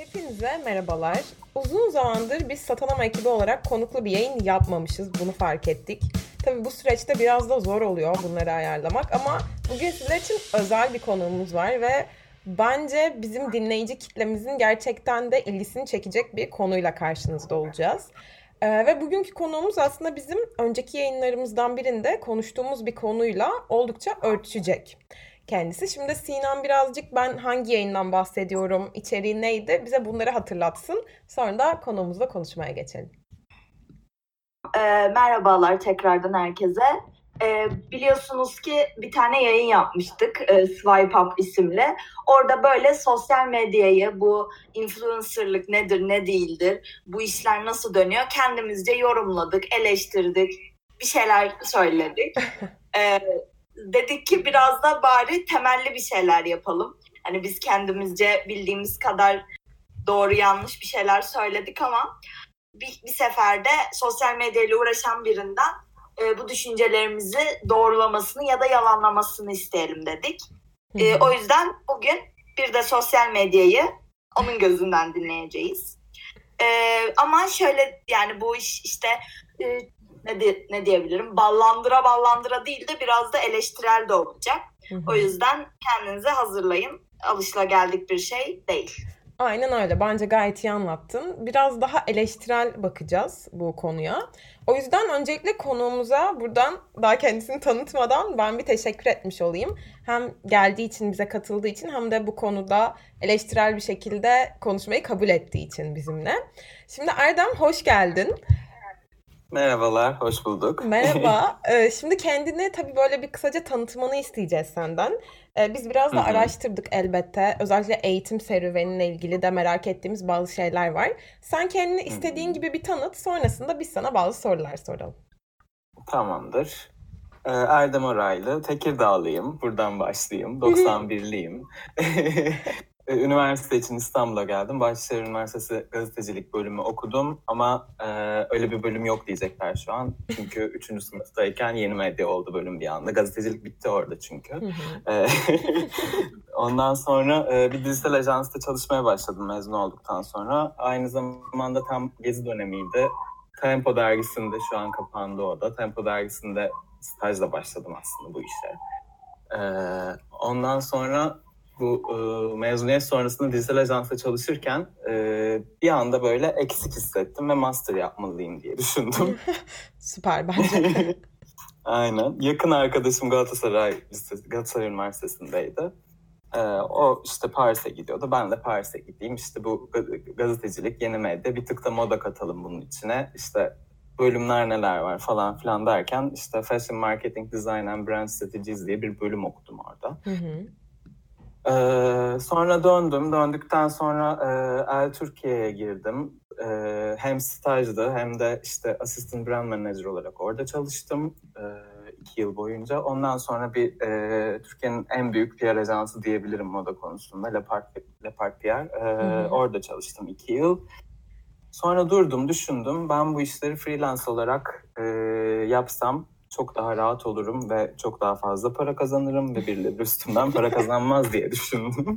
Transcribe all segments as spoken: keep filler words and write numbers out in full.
Hepinize merhabalar. Uzun zamandır biz Satanama ekibi olarak konuklu bir yayın yapmamışız. Bunu fark ettik. Tabii bu süreçte biraz da zor oluyor bunları ayarlamak ama bugün sizler için özel bir konuğumuz var ve bence bizim dinleyici kitlemizin gerçekten de ilgisini çekecek bir konuyla karşınızda olacağız. Ee, ve bugünkü konuğumuz aslında bizim önceki yayınlarımızdan birinde konuştuğumuz bir konuyla oldukça örtüşecek kendisi. Şimdi Sinan birazcık ben hangi yayından bahsediyorum, içeriği neydi bize bunları hatırlatsın. Sonra da konuğumuzla konuşmaya geçelim. E, merhabalar tekrardan herkese. E, biliyorsunuz ki bir tane yayın yapmıştık e, Swipe Up isimli. Orada böyle sosyal medyayı, bu influencerlık nedir ne değildir, bu işler nasıl dönüyor kendimizce yorumladık, eleştirdik, bir şeyler söyledik. E, dedik ki biraz da bari temelli bir şeyler yapalım. Hani biz kendimizce bildiğimiz kadar doğru yanlış bir şeyler söyledik ama bir, bir seferde sosyal medyayla uğraşan birinden e, bu düşüncelerimizi doğrulamasını ya da yalanlamasını isteyelim dedik. E, o yüzden bugün bir de sosyal medyayı onun gözünden dinleyeceğiz. E, ama şöyle yani bu iş işte e, ne, di- ne diyebilirim ballandıra ballandıra değil de biraz da eleştirel de olacak. Hı hı. O yüzden kendinize hazırlayın. Alışılageldik bir şey değil. Aynen öyle. Bence gayet iyi anlattın. Biraz daha eleştirel bakacağız bu konuya. O yüzden öncelikle konuğumuza buradan daha kendisini tanıtmadan ben bir teşekkür etmiş olayım. Hem geldiği için, bize katıldığı için hem de bu konuda eleştirel bir şekilde konuşmayı kabul ettiği için bizimle. Şimdi Erdem hoş geldin. Merhabalar, hoş bulduk. Merhaba. Ee, şimdi kendini tabii böyle bir kısaca tanıtmanı isteyeceğiz senden. Ee, biz biraz Hı da hı. araştırdık elbette. Özellikle eğitim serüveninle ilgili de merak ettiğimiz bazı şeyler var. Sen kendini Hı istediğin hı. gibi bir tanıt. Sonrasında biz sana bazı sorular soralım. Tamamdır. Ee, Erdem Oraylı, Tekirdağlıyım. Buradan başlayayım. doksan birliyim. Üniversite için İstanbul'a geldim. Bahçeşehir Üniversitesi Gazetecilik bölümü okudum. Ama e, öyle bir bölüm yok diyecekler şu an. Çünkü üçüncü sınıftayken yeni medya oldu bölüm bir anda. Gazetecilik bitti orada çünkü. Hı hı. E, Ondan sonra e, bir dijital ajansta çalışmaya başladım mezun olduktan sonra. Aynı zamanda tam gezi dönemiydi. Tempo dergisinde, şu an kapandı o da. Tempo dergisinde stajla başladım aslında bu işe. E, ondan sonra bu e, mezuniyet sonrasında dijital ajansta çalışırken e, bir anda böyle eksik hissettim ve master yapmalıyım diye düşündüm. Süper bence. Aynen. Yakın arkadaşım Galatasaray Lisesi, Galatasaray Üniversitesi'ndeydi. Ee, o işte Paris'e gidiyordu. Ben de Paris'e gideyim. İşte bu ga- gazetecilik, yeni medya, bir tık da moda katalım bunun içine. İşte bölümler neler var falan filan derken işte Fashion Marketing Design and Brand Strategies diye bir bölüm okudum orada. Hı hı. Ee, sonra döndüm. Döndükten sonra e, El Türkiye'ye girdim. Ee, hem stajdı hem de işte Assistant Brand Manager olarak orada çalıştım. Ee, iki yıl boyunca. Ondan sonra bir e, Türkiye'nin en büyük P R ajansı diyebilirim moda konusunda. Le Parc, Le Parc P R. Ee, Hı hı. orada çalıştım iki yıl. Sonra durdum, düşündüm. Ben bu işleri freelance olarak e, yapsam çok daha rahat olurum ve çok daha fazla para kazanırım ve birileri üstümden para kazanmaz diye düşündüm.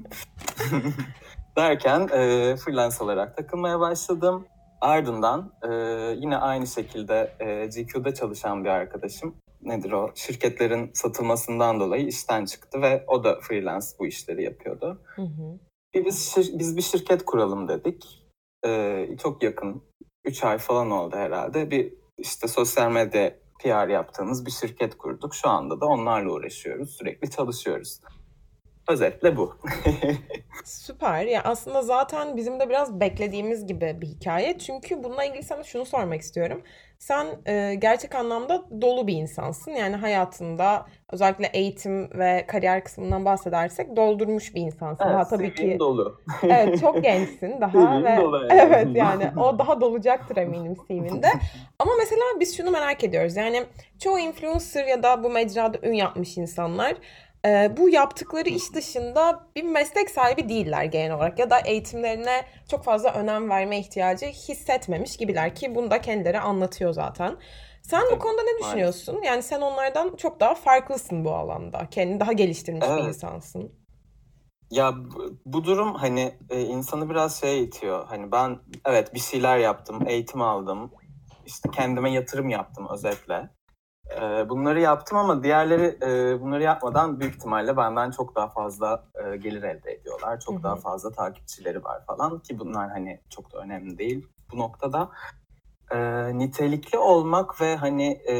Derken e, freelance olarak takılmaya başladım. Ardından e, yine aynı şekilde e, G Q'da çalışan bir arkadaşım, nedir o, şirketlerin satılmasından dolayı işten çıktı ve o da freelance bu işleri yapıyordu. Hı hı. Biz, şir- biz bir şirket kuralım dedik. Ee, çok yakın, üç ay falan oldu herhalde. Bir işte sosyal medya P R yaptığımız bir şirket kurduk. Şu anda da onlarla uğraşıyoruz. Sürekli çalışıyoruz. Özetle bu. Süper. Ya aslında zaten bizim de biraz beklediğimiz gibi bir hikaye. Çünkü bununla ilgili sana şunu sormak istiyorum. Sen e, gerçek anlamda dolu bir insansın. Yani hayatında özellikle eğitim ve kariyer kısmından bahsedersek doldurmuş bir insansın. Evet, Daha tabii C V'm ki dolu. evet çok gençsin daha C V'm ve dolu en evet azından. yani o daha dolacaktır eminim C V'nde. Ama mesela biz şunu merak ediyoruz. Yani çoğu influencer ya da bu mecrada ün yapmış insanlar e, bu yaptıkları iş dışında bir meslek sahibi değiller genel olarak ya da eğitimlerine çok fazla önem verme ihtiyacı hissetmemiş gibiler ki bunu da kendileri anlatıyor zaten. Sen bu Tabii, konuda ne maalesef. düşünüyorsun? Yani sen onlardan çok daha farklısın bu alanda. Kendini daha geliştirmiş bir Evet. insansın. Ya bu, bu durum hani e, insanı biraz şeye itiyor. Hani ben evet bir şeyler yaptım, eğitim aldım, işte kendime yatırım yaptım özetle. E, bunları yaptım ama diğerleri e, bunları yapmadan büyük ihtimalle benden çok daha fazla e, gelir elde ediyorlar. Çok Hı hı. daha fazla takipçileri var falan ki bunlar hani çok da önemli değil. Bu noktada e, nitelikli olmak ve hani e,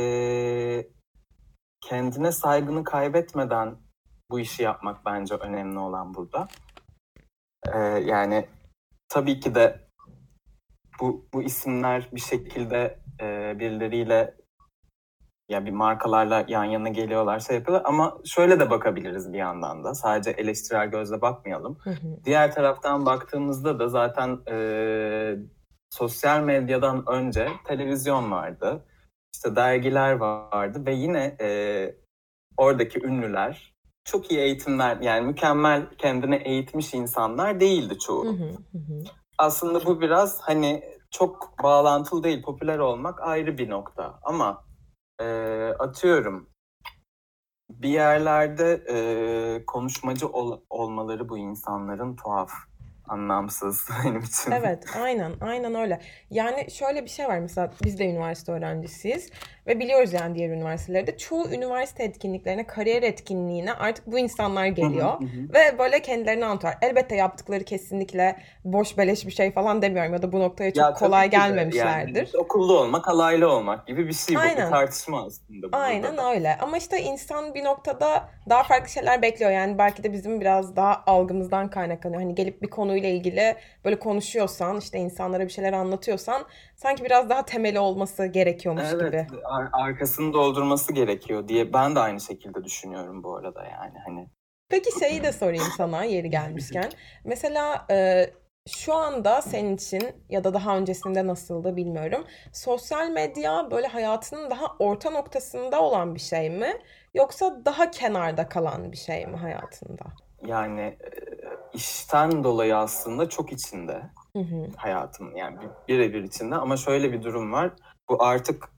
kendine saygını kaybetmeden bu işi yapmak bence önemli olan burada. E, yani tabii ki de bu bu isimler bir şekilde e, birileriyle ya bir markalarla yan yana geliyorlar, şey yapıyorlar ama şöyle de bakabiliriz bir yandan da. Sadece eleştirel gözle bakmayalım. Hı hı. Diğer taraftan baktığımızda da zaten e, sosyal medyadan önce televizyon vardı. İşte dergiler vardı ve yine e, oradaki ünlüler çok iyi eğitimler, yani mükemmel kendine eğitmiş insanlar değildi çoğu. Hı hı. Hı hı. Aslında bu biraz hani çok bağlantılı değil, popüler olmak ayrı bir nokta ama e, atıyorum bir yerlerde e, konuşmacı ol, olmaları bu insanların tuhaf, anlamsız benim için. Evet, aynen, aynen öyle. Yani şöyle bir şey var, mesela biz de üniversite öğrencisiyiz ve biliyoruz yani diğer üniversitelerde çoğu üniversite etkinliklerine, kariyer etkinliğine artık bu insanlar geliyor ve böyle kendilerini anlatıyorlar. Elbette yaptıkları kesinlikle boş beleş bir şey falan demiyorum ya da bu noktaya çok Ya kolay tabii ki de gelmemişlerdir. yani okulda olmak, alaylı olmak gibi bir şey bu. Bir Aynen. tartışma aslında bu burada Aynen da. öyle. Ama işte insan bir noktada daha farklı şeyler bekliyor. Yani belki de bizim biraz daha algımızdan kaynaklanıyor. Hani gelip bir konuyla ilgili böyle konuşuyorsan, işte insanlara bir şeyler anlatıyorsan sanki biraz daha temeli olması gerekiyormuş Evet, gibi. ar- arkasını doldurması gerekiyor diye ben de aynı şekilde düşünüyorum bu arada yani hani. Peki şeyi de sorayım sana yeri gelmişken. Mesela e, şu anda senin için ya da daha öncesinde nasıldı bilmiyorum. Sosyal medya böyle hayatının daha orta noktasında olan bir şey mi? Yoksa daha kenarda kalan bir şey mi hayatında? Yani e, işten dolayı aslında çok içinde Hı hı. hayatım, yani bir- birebir içinde ama şöyle bir durum var. Bu artık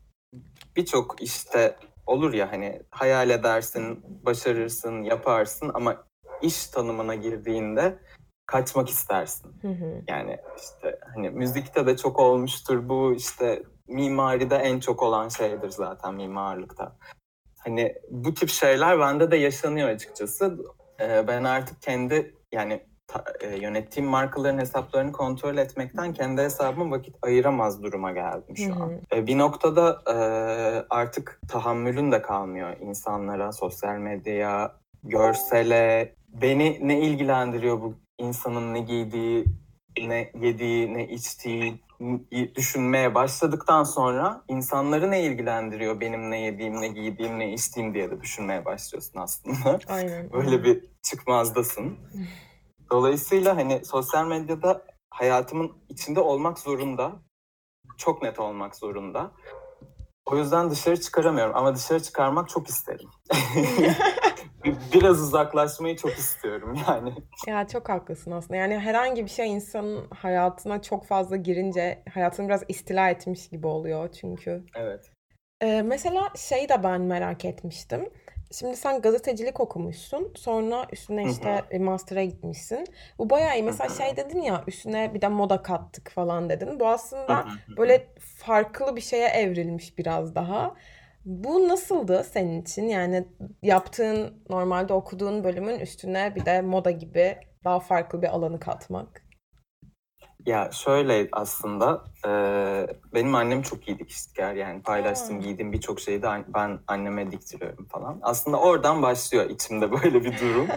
birçok işte olur ya, hani hayal edersin, başarırsın, yaparsın ama iş tanımına girdiğinde kaçmak istersin. Hı hı. Yani işte hani müzikte de çok olmuştur bu, işte mimaride en çok olan şeydir zaten, mimarlıkta. Hani bu tip şeyler bende de yaşanıyor açıkçası. Ee, ben artık kendi yani ta- e, yönettiğim markaların hesaplarını kontrol etmekten kendi hesabıma vakit ayıramaz duruma geldim Hı şu an. hı. Ee, bir noktada e, artık tahammülün de kalmıyor insanlara, sosyal medyaya, görsele. Beni ne ilgilendiriyor bu insanın ne giydiği, ne yediği, ne içtiği düşünmeye başladıktan sonra insanları ne ilgilendiriyor benim ne yediğim, ne giydiğim, ne içtiğim diye de düşünmeye başlıyorsun aslında. Aynen. Böyle aynen. bir çıkmazdasın. Dolayısıyla hani sosyal medyada hayatımın içinde olmak zorunda. Çok net olmak zorunda. O yüzden dışarı çıkaramıyorum ama dışarı çıkarmak çok isterim. Biraz uzaklaşmayı çok istiyorum yani. Ya çok haklısın aslında. Yani herhangi bir şey insanın hayatına çok fazla girince hayatını biraz istila etmiş gibi oluyor çünkü. Evet. Ee, mesela şey de ben merak etmiştim. Şimdi sen gazetecilik okumuşsun. Sonra üstüne Hı hı. işte e, master'a gitmişsin. Bu bayağı iyi. Mesela Hı hı. şey dedin ya, üstüne bir de moda kattık falan dedin. Bu Hı aslında hı hı. böyle farklı bir şeye evrilmiş biraz daha. Bu nasıldı senin için? Yani yaptığın, normalde okuduğun bölümün üstüne bir de moda gibi daha farklı bir alanı katmak. Ya şöyle aslında e, benim annem çok iyi dikişler, yani paylaştığım Aa. giydiğim birçok şeyi de an- ben anneme diktiriyorum falan. Aslında oradan başlıyor içimde böyle bir durum.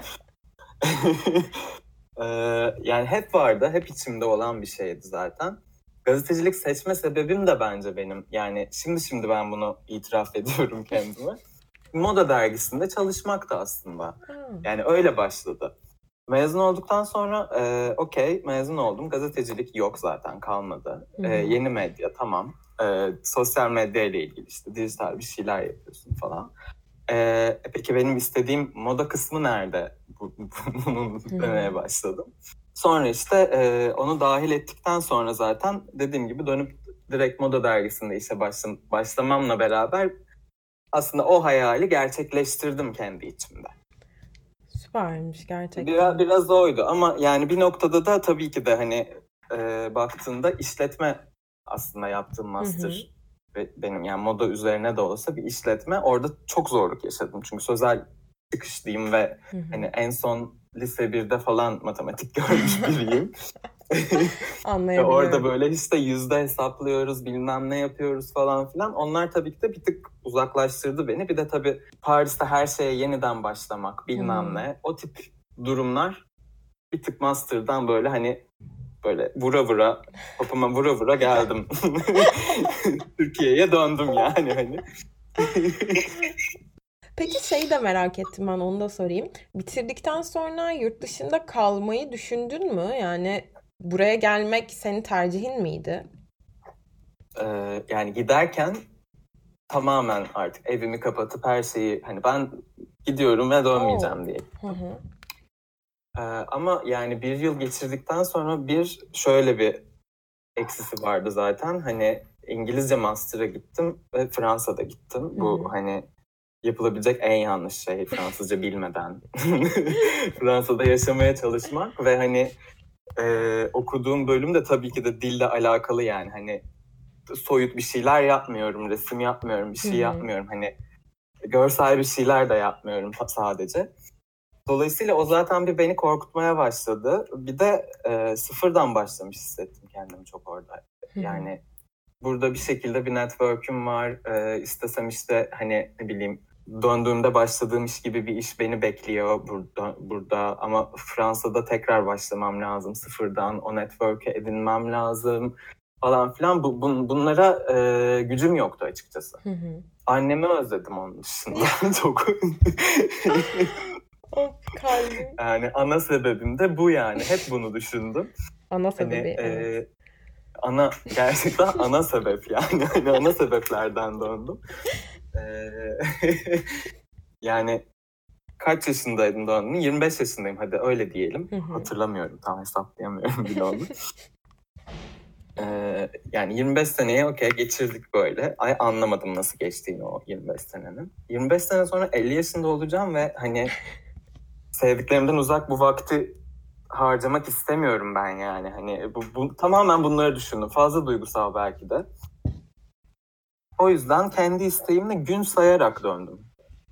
E, yani hep vardı, hep içimde olan bir şeydi zaten. Gazetecilik seçme sebebim de bence benim, yani şimdi şimdi ben bunu itiraf ediyorum kendime. Moda dergisinde çalışmaktı aslında. Aa. Yani öyle başladı. Mezun olduktan sonra e, okey mezun oldum. Gazetecilik yok zaten, kalmadı. Hı E, hı. yeni medya tamam. E, sosyal medya ile ilgili işte dijital bir şeyler yapıyorsun falan. E, peki benim istediğim moda kısmı nerede? Bu- bu- Bunu Hı hı. demeye başladım. Sonra işte e, onu dahil ettikten sonra zaten dediğim gibi dönüp direkt moda dergisinde işe başlam başlamamla beraber aslında o hayali gerçekleştirdim kendi içimde. Süpermiş gerçekten. Biraz, biraz oydu ama yani bir noktada da tabii ki de hani e, baktığında işletme aslında yaptığım master. Hı hı. Ve benim yani moda üzerine de olsa bir işletme. Orada çok zorluk yaşadım. Çünkü sözel çıkışlıyım ve hı hı. hani en son lise birde falan matematik görmüş biriyim. Anlayabiliyorum. Orada böyle işte yüzde hesaplıyoruz, bilmem ne yapıyoruz falan filan. Onlar tabii ki de bir tık uzaklaştırdı beni. Bir de tabii Paris'te her şeye yeniden başlamak, bilmem hmm. ne. O tip durumlar bir tık master'dan böyle hani böyle vura vura, popoma vura vura geldim. Türkiye'ye döndüm yani hani. Peki şeyi de merak ettim, ben onu da sorayım. Bitirdikten sonra yurt dışında kalmayı düşündün mü? Yani buraya gelmek senin tercihin miydi? Ee, yani giderken tamamen artık evimi kapatıp her şeyi hani ben gidiyorum ve dönmeyeceğim Oo. diye. Hı hı. Ee, ama yani bir yıl geçirdikten sonra bir şöyle bir eksisi vardı zaten. Hani İngilizce master'a gittim ve Fransa'da gittim. Hı-hı. Bu hani yapılabilecek en yanlış şey Fransızca bilmeden Fransa'da yaşamaya çalışmak ve hani e, okuduğum bölüm de tabii ki de dille alakalı yani hani soyut bir şeyler yapmıyorum, resim yapmıyorum, bir şey Hı-hı. yapmıyorum. Hani görsel bir şeyler de yapmıyorum sadece. Dolayısıyla o zaten bir beni korkutmaya başladı. Bir de e, sıfırdan başlamış hissettim kendimi çok orada. Yani Hı-hı. burada bir şekilde bir network'üm var. E, istesem işte hani ne bileyim döndüğümde başladığım iş gibi bir iş beni bekliyor burada. burada. Ama Fransa'da tekrar başlamam lazım sıfırdan. O network'e edinmem lazım falan filan. Bu, bun, bunlara e, gücüm yoktu açıkçası. Hı-hı. Annemi özledim onun dışında çok. Oh, kalbim. Yani ana sebebim de bu yani. Hep bunu düşündüm. Ana sebebi, hani, evet. E, ana, gerçekten ana sebep yani. Hani ana sebeplerden döndüm. E, yani kaç yaşındaydın döndün? yirmi beş yaşındayım hadi öyle diyelim. Hı hı. Hatırlamıyorum, tam hesaplayamıyorum bile onu. Ee, yani yirmi beş seneyi okey geçirdik böyle. Ay anlamadım nasıl geçtiğini o yirmi beş senenin. yirmi beş sene sonra elli yaşında olacağım ve hani sevdiklerimden uzak bu vakti harcamak istemiyorum ben yani. Hani bu, bu tamamen bunları düşündüm. Fazla duygusal belki de. O yüzden kendi isteğimle gün sayarak döndüm.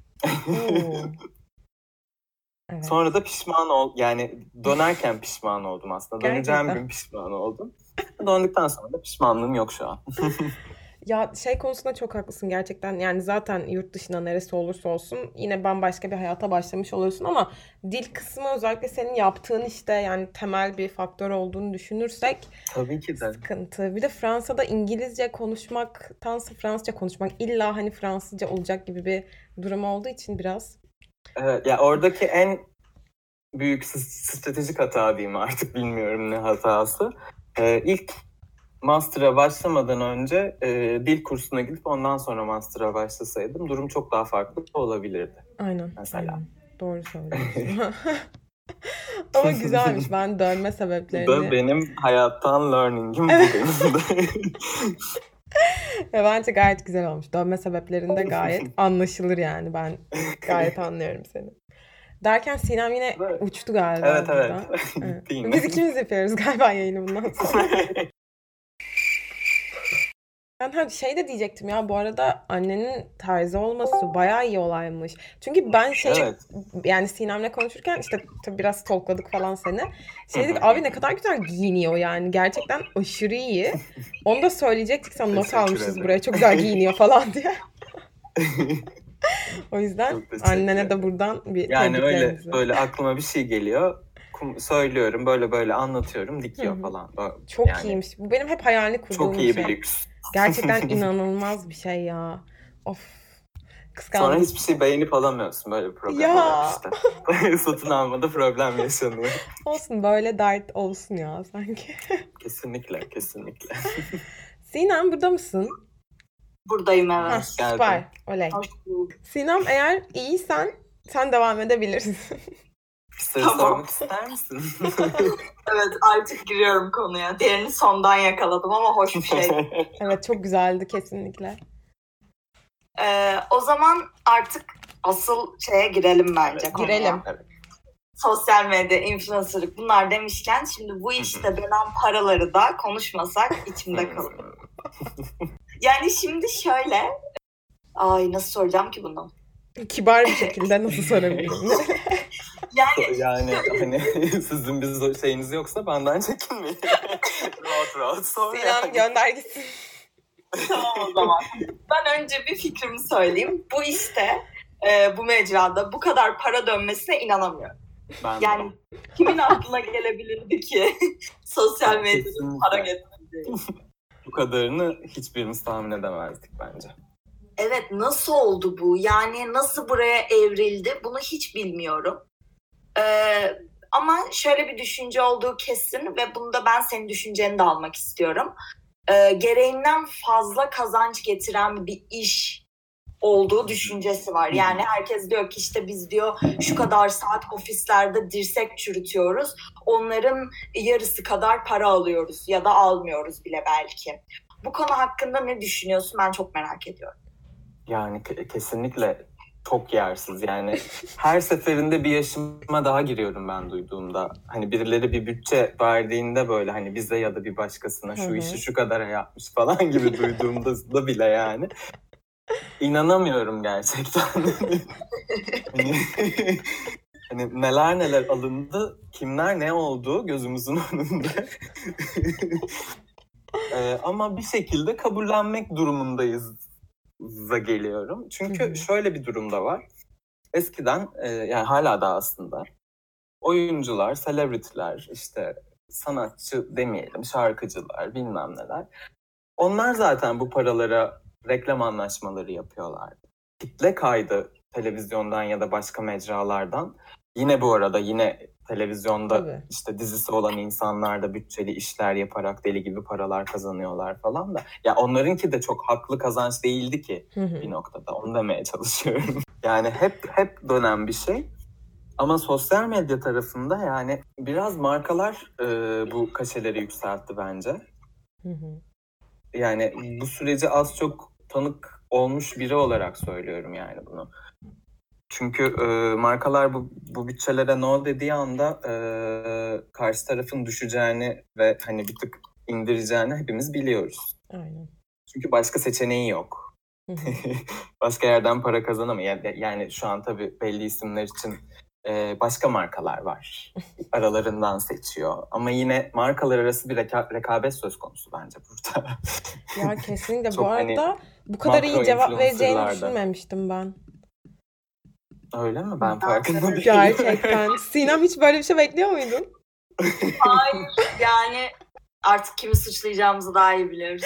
Evet. Sonra da pişman ol yani dönerken pişman oldum aslında. Gerçekten. Döneceğim gün pişman oldum. Döndükten sonra da pişmanlığım yok şu an. Ya şey konusunda çok haklısın gerçekten. Yani zaten yurt dışında neresi olursa olsun yine bambaşka bir hayata başlamış olursun ama dil kısmı özellikle senin yaptığın işte yani temel bir faktör olduğunu düşünürsek tabii ki de sıkıntı. Bir de Fransa'da İngilizce konuşmaktansa Fransızca konuşmak illa hani Fransızca olacak gibi bir durum olduğu için biraz. Evet, ya oradaki en büyük stratejik hata diyeyim artık bilmiyorum ne hatası. Ee, ilk master'a başlamadan önce e, dil kursuna gidip ondan sonra master'a başlasaydım durum çok daha farklı olabilirdi. Aynen. Mesela. Aynen. Doğru söylüyorsun. Ama güzelmiş. Ben dönme sebeplerini... Bu da benim hayattan learning'im bu benim de. Ya bence gayet güzel olmuş. Dönme sebeplerinde gayet anlaşılır yani. Ben gayet anlıyorum seni. Derken Sinem yine evet. uçtu galiba. Evet burada. evet. evet. Biz ikimiz yapıyoruz galiba yayını bundan sonra. Ben ha şey de diyecektim ya bu arada annenin terzi olması bayağı iyi olaymış. Çünkü ben şey evet. yani Sinem'le konuşurken işte tabii biraz stalkladık falan seni. Şey dedik abi ne kadar güzel giyiniyor yani gerçekten aşırı iyi. Onu da söyleyecektik sana not almışız ederim. Buraya çok güzel giyiniyor falan diye. O yüzden annene de buradan bir yani öyle böyle aklıma bir şey geliyor. Söylüyorum böyle böyle anlatıyorum dikiyor Hı-hı. falan. Çok yani, iyiymiş. Bu benim hep hayalini kurduğum çok iyi şey. bir lüks. Gerçekten inanılmaz bir şey ya. Of. Kıskandım. Sonra hiçbir şey beğenip alamıyorsun. Böyle bir problem ya. Oluyor işte. Satın almada problem yaşanıyor. Olsun böyle dert olsun ya sanki. Kesinlikle kesinlikle. Sinem burada mısın? Buradayım evet. Ha, süper. Oley. Sinem eğer iyiysen sen devam edebilirsin. Bir soru tamam. sormak ister misin? Evet artık giriyorum konuya. Diğerini sondan yakaladım ama hoş bir şey. Evet çok güzeldi kesinlikle. Ee, o zaman artık asıl şeye girelim bence evet, girelim. Evet. sosyal medya, influencerlık bunlar demişken şimdi bu işte dönen paraları da konuşmasak içimde kalıyor. Yani şimdi şöyle, ay nasıl soracağım ki bunu? Kibar bir şekilde nasıl sorabilirim? Yani Yani hani sizin bir şeyiniz yoksa benden çekinmeyin. rahat rahat sor. Sinem yani. gönder gitsin. tamam o zaman. Ben önce bir fikrimi söyleyeyim. Bu işte e, bu mecrada bu kadar para dönmesine inanamıyorum. Ben Yani kimin aklına gelebilirdi ki sosyal medyadan Kesinlikle. para getirdiği? Bu kadarını hiçbirimiz tahmin edemezdik bence. Evet, nasıl oldu bu? Yani nasıl buraya evrildi? Bunu hiç bilmiyorum. Ee, ama şöyle bir düşünce olduğu kesin ve bunda ben senin düşünceni de almak istiyorum. Ee, gereğinden fazla kazanç getiren bir iş olduğu düşüncesi var. Yani herkes diyor ki işte biz diyor şu kadar saat ofislerde dirsek çürütüyoruz. Onların yarısı kadar para alıyoruz ya da almıyoruz bile belki. Bu konu hakkında ne düşünüyorsun? Ben çok merak ediyorum. Yani ke- kesinlikle çok yersiz. Yani her seferinde bir yaşıma daha giriyorum ben duyduğumda. Hani birileri bir bütçe verdiğinde böyle hani bize ya da bir başkasına şu Hı hı. işi şu kadara yapmış falan gibi duyduğumda da bile yani. İnanamıyorum gerçekten. hani, hani neler neler alındı, kimler ne oldu gözümüzün önünde. Ee, ama bir şekilde kabullenmek durumundayız da geliyorum. Çünkü Hı hı. şöyle bir durum da var. Eskiden e, yani hala da aslında oyuncular, celebrity'ler, işte sanatçı demeyelim, şarkıcılar, bilmem neler. Onlar zaten bu paralara reklam anlaşmaları yapıyorlardı. Kitle kaydı televizyondan ya da başka mecralardan. Yine bu arada yine televizyonda Tabii. işte dizisi olan insanlar da bütçeli işler yaparak deli gibi paralar kazanıyorlar falan da. Ya onlarınki de çok haklı kazanç değildi ki Hı hı. bir noktada. Onu demeye çalışıyorum. Yani hep hep dönen bir şey. Ama sosyal medya tarafında yani biraz markalar e, bu kaşeleri yükseltti bence. Hı hı. Yani bu süreci az çok tanık olmuş biri olarak söylüyorum yani bunu. Çünkü e, markalar bu, bu bütçelere no dediği anda e, karşı tarafın düşeceğini ve hani bir tık indireceğini hepimiz biliyoruz. Aynen. Çünkü başka seçeneği yok. Hı hı. Başka yerden para kazanamıyor. Yani, yani şu an tabii belli isimler için e, başka markalar var. Aralarından seçiyor. Ama yine markalar arası bir reka- rekabet söz konusu bence burada. Ya kesinlikle. Bu Çok hani arada bu kadar iyi makro cevap vereceğini influencer'larda. düşünmemiştim ben. Öyle mi? Ben Ben farkında değilim. Gerçekten. Sinem hiç böyle bir şey bekliyor muydun? Hayır, yani artık kimi suçlayacağımızı daha iyi biliyoruz.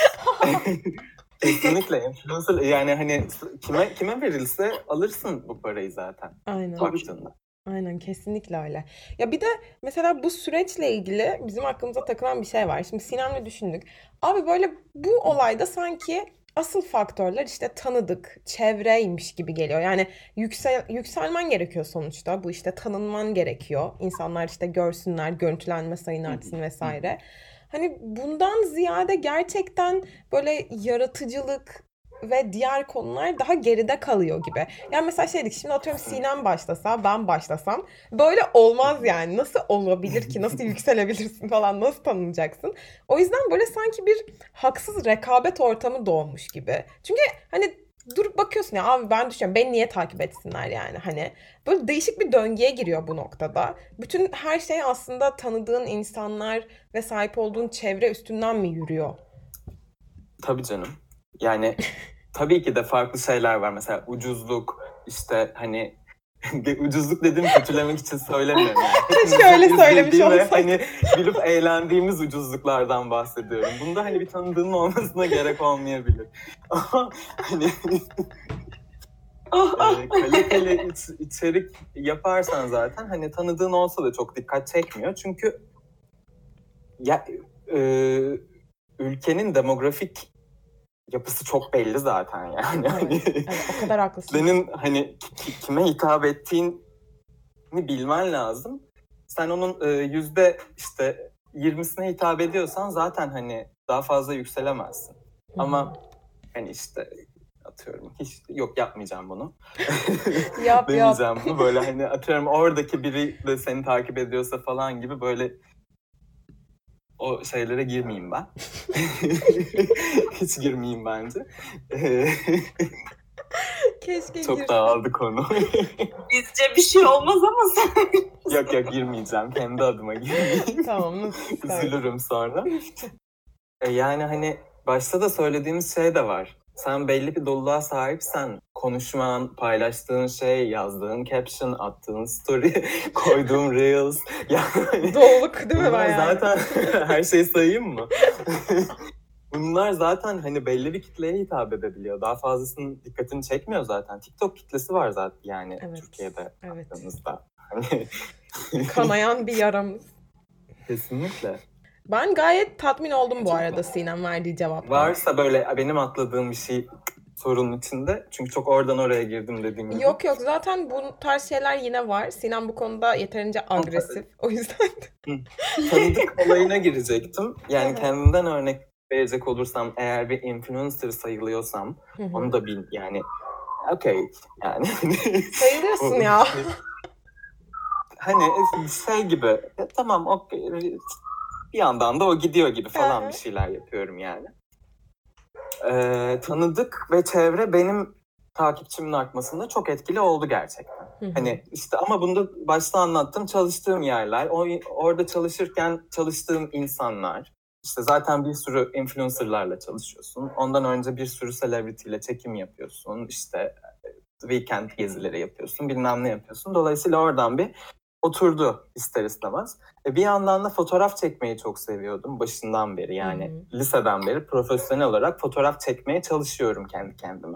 Kesinlikle influencer yani hani kime kime verilse alırsın bu parayı zaten. Aynen. Baktığında. Aynen, kesinlikle öyle. Ya bir de mesela bu süreçle ilgili bizim aklımıza takılan bir şey var. Şimdi Sinem'le düşündük. Abi böyle bu olayda sanki asıl faktörler işte tanıdık, çevreymiş gibi geliyor. Yani yüksel, yükselmen gerekiyor sonuçta. Bu işte tanınman gerekiyor. İnsanlar işte görsünler, görüntülenme sayın artsın vesaire. Hani bundan ziyade gerçekten böyle yaratıcılık ve diğer konular daha geride kalıyor gibi. Yani mesela şey dedik, şimdi atıyorum Sinem başlasa, ben başlasam böyle olmaz yani. Nasıl olabilir ki? Nasıl yükselebilirsin falan, nasıl tanınacaksın? O yüzden böyle sanki bir haksız rekabet ortamı doğmuş gibi. Çünkü hani durup bakıyorsun ya, abi ben düşüyorum, beni niye takip etsinler yani, hani böyle değişik bir döngüye giriyor bu noktada. Bütün her şey aslında tanıdığın insanlar ve sahip olduğun çevre üstünden mi yürüyor? Tabii canım. Yani tabii ki de farklı şeyler var. Mesela ucuzluk, işte hani ucuzluk dediğim kötülemek için söylemiyorum yani. Keşke öyle Hepimizin söylemiş izlediği ve olsaydık. hani gülüp eğlendiğimiz ucuzluklardan bahsediyorum. Bunda hani bir tanıdığının olmasına gerek olmayabilir. Ama hani e, kaliteli iç, içerik yaparsan zaten hani tanıdığın olsa da çok dikkat çekmiyor. Çünkü ya e, ülkenin demografik yapısı çok belli zaten yani. Evet, evet, o kadar haklısın. Senin hani ki- kime hitap ettiğini bilmen lazım. Sen onun e, yüzde işte yirmisine hitap ediyorsan zaten hani daha fazla yükselemezsin. Hı hı. Ama hani işte atıyorum. Hiç yok yapmayacağım bunu. Yap Demeyeceğim yap. bunu. Böyle hani atıyorum oradaki biri de seni takip ediyorsa falan gibi böyle o şeylere girmeyeyim ben. Hiç girmeyeyim bence. Keşke Çok girsen. dağıldı konu. Bizce bir şey olmaz ama sen... Yok yok girmeyeceğim. Kendi adıma girmeyeyim. Tamam nasıl istersen. Üzülürüm sonra. E yani hani başta da söylediğimiz şey de var. Sen belli bir doluluğa sahipsen konuşman, paylaştığın şey, yazdığın caption, attığın story, koyduğun reels. Yani Doluluk değil mi bunlar bayağı? zaten her şeyi sayayım mı? Bunlar zaten hani belli bir kitleye hitap edebiliyor. Daha fazlasının dikkatini çekmiyor zaten. TikTok kitlesi var zaten yani Evet, Türkiye'de evet. baktığımızda. Hani Kanayan bir yaramız. kesinlikle. Ben gayet tatmin oldum bu arada Sinem verdiği cevaptan. Varsa böyle benim atladığım bir şey sorunun içinde. Çünkü çok oradan oraya girdim dediğim gibi. Yok yok zaten bu tarz şeyler yine var. Sinem bu konuda yeterince agresif. O yüzden Tanıdık olayına girecektim. Yani Hı hı. kendimden örnek verecek olursam eğer bir influencer sayılıyorsam Hı hı. onu da bil yani okey yani. Sayılıyorsun ya. Hani şey gibi e, tamam okey bir yandan da o gidiyor gibi falan Hı hı. bir şeyler yapıyorum yani. Ee, tanıdık ve çevre benim takipçimin artmasında çok etkili oldu gerçekten. Hı hı. Hani işte ama bunda başta anlattım çalıştığım yerler, o, orada çalışırken çalıştığım insanlar, işte zaten bir sürü influencerlarla çalışıyorsun. Ondan önce bir sürü celebrity ile çekim yapıyorsun, işte weekend gezileri yapıyorsun, bilmem ne yapıyorsun. Dolayısıyla oradan bir oturdu ister istemez. E bir yandan da fotoğraf çekmeyi çok seviyordum başından beri. Yani Hı hı. liseden beri profesyonel olarak fotoğraf çekmeye çalışıyorum kendi kendime.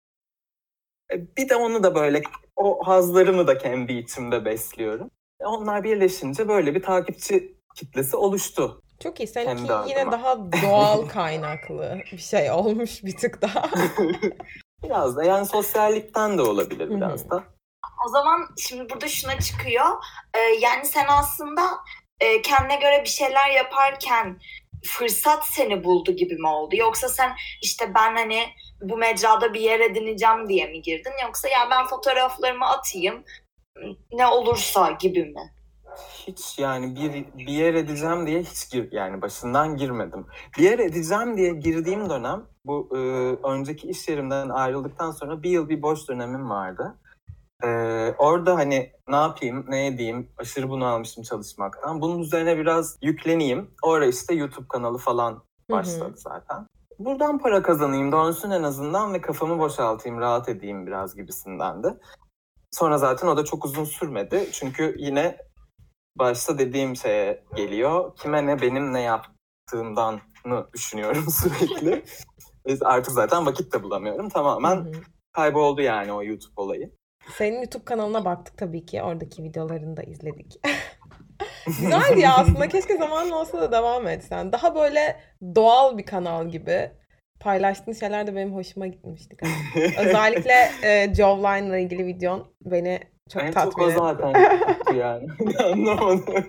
E bir de onu da böyle o hazlarımı da kendi içimde besliyorum. E onlar birleşince böyle bir takipçi kitlesi oluştu. Çok iyi. Seninki Kendi yine adıma. daha doğal kaynaklı bir şey olmuş bir tık daha. Biraz da yani sosyallikten de olabilir Hı hı. biraz da. O zaman şimdi burada şuna çıkıyor. Ee, yani sen aslında e, kendine göre bir şeyler yaparken fırsat seni buldu gibi mi oldu? Yoksa sen işte ben hani bu mecrada bir yer edineceğim diye mi girdin? Yoksa ya ben fotoğraflarımı atayım ne olursa gibi mi? Hiç yani bir, bir yer edeceğim diye hiç gir yani başından girmedim. Bir yer edeceğim diye girdiğim dönem bu e, önceki iş yerimden ayrıldıktan sonra bir yıl bir boş dönemim vardı. E, orada hani ne yapayım, ne edeyim, aşırı bunalmıştım çalışmaktan. Bunun üzerine biraz yükleneyim. Orada işte YouTube kanalı falan başladı Hı hı. zaten. Buradan para kazanayım, dönsün en azından ve kafamı boşaltayım, rahat edeyim biraz gibisinden de. Sonra zaten o da çok uzun sürmedi. Çünkü yine başta dediğim şeye geliyor. Kime ne benim ne yaptığımdan düşünüyorum sürekli. Artık zaten vakit de bulamıyorum. Tamamen Hı hı. kayboldu yani o YouTube olayı. Senin YouTube kanalına baktık tabii ki. Oradaki videolarını da izledik. Güzeldi ya aslında. Keşke zamanın olsa da devam etsen. Daha böyle doğal bir kanal gibi. Paylaştığın şeyler de benim hoşuma gitmişti. Özellikle e, Jawline'la ilgili videon beni çok en tatmin çok o etti. zaten gitti yani. Anlamadım.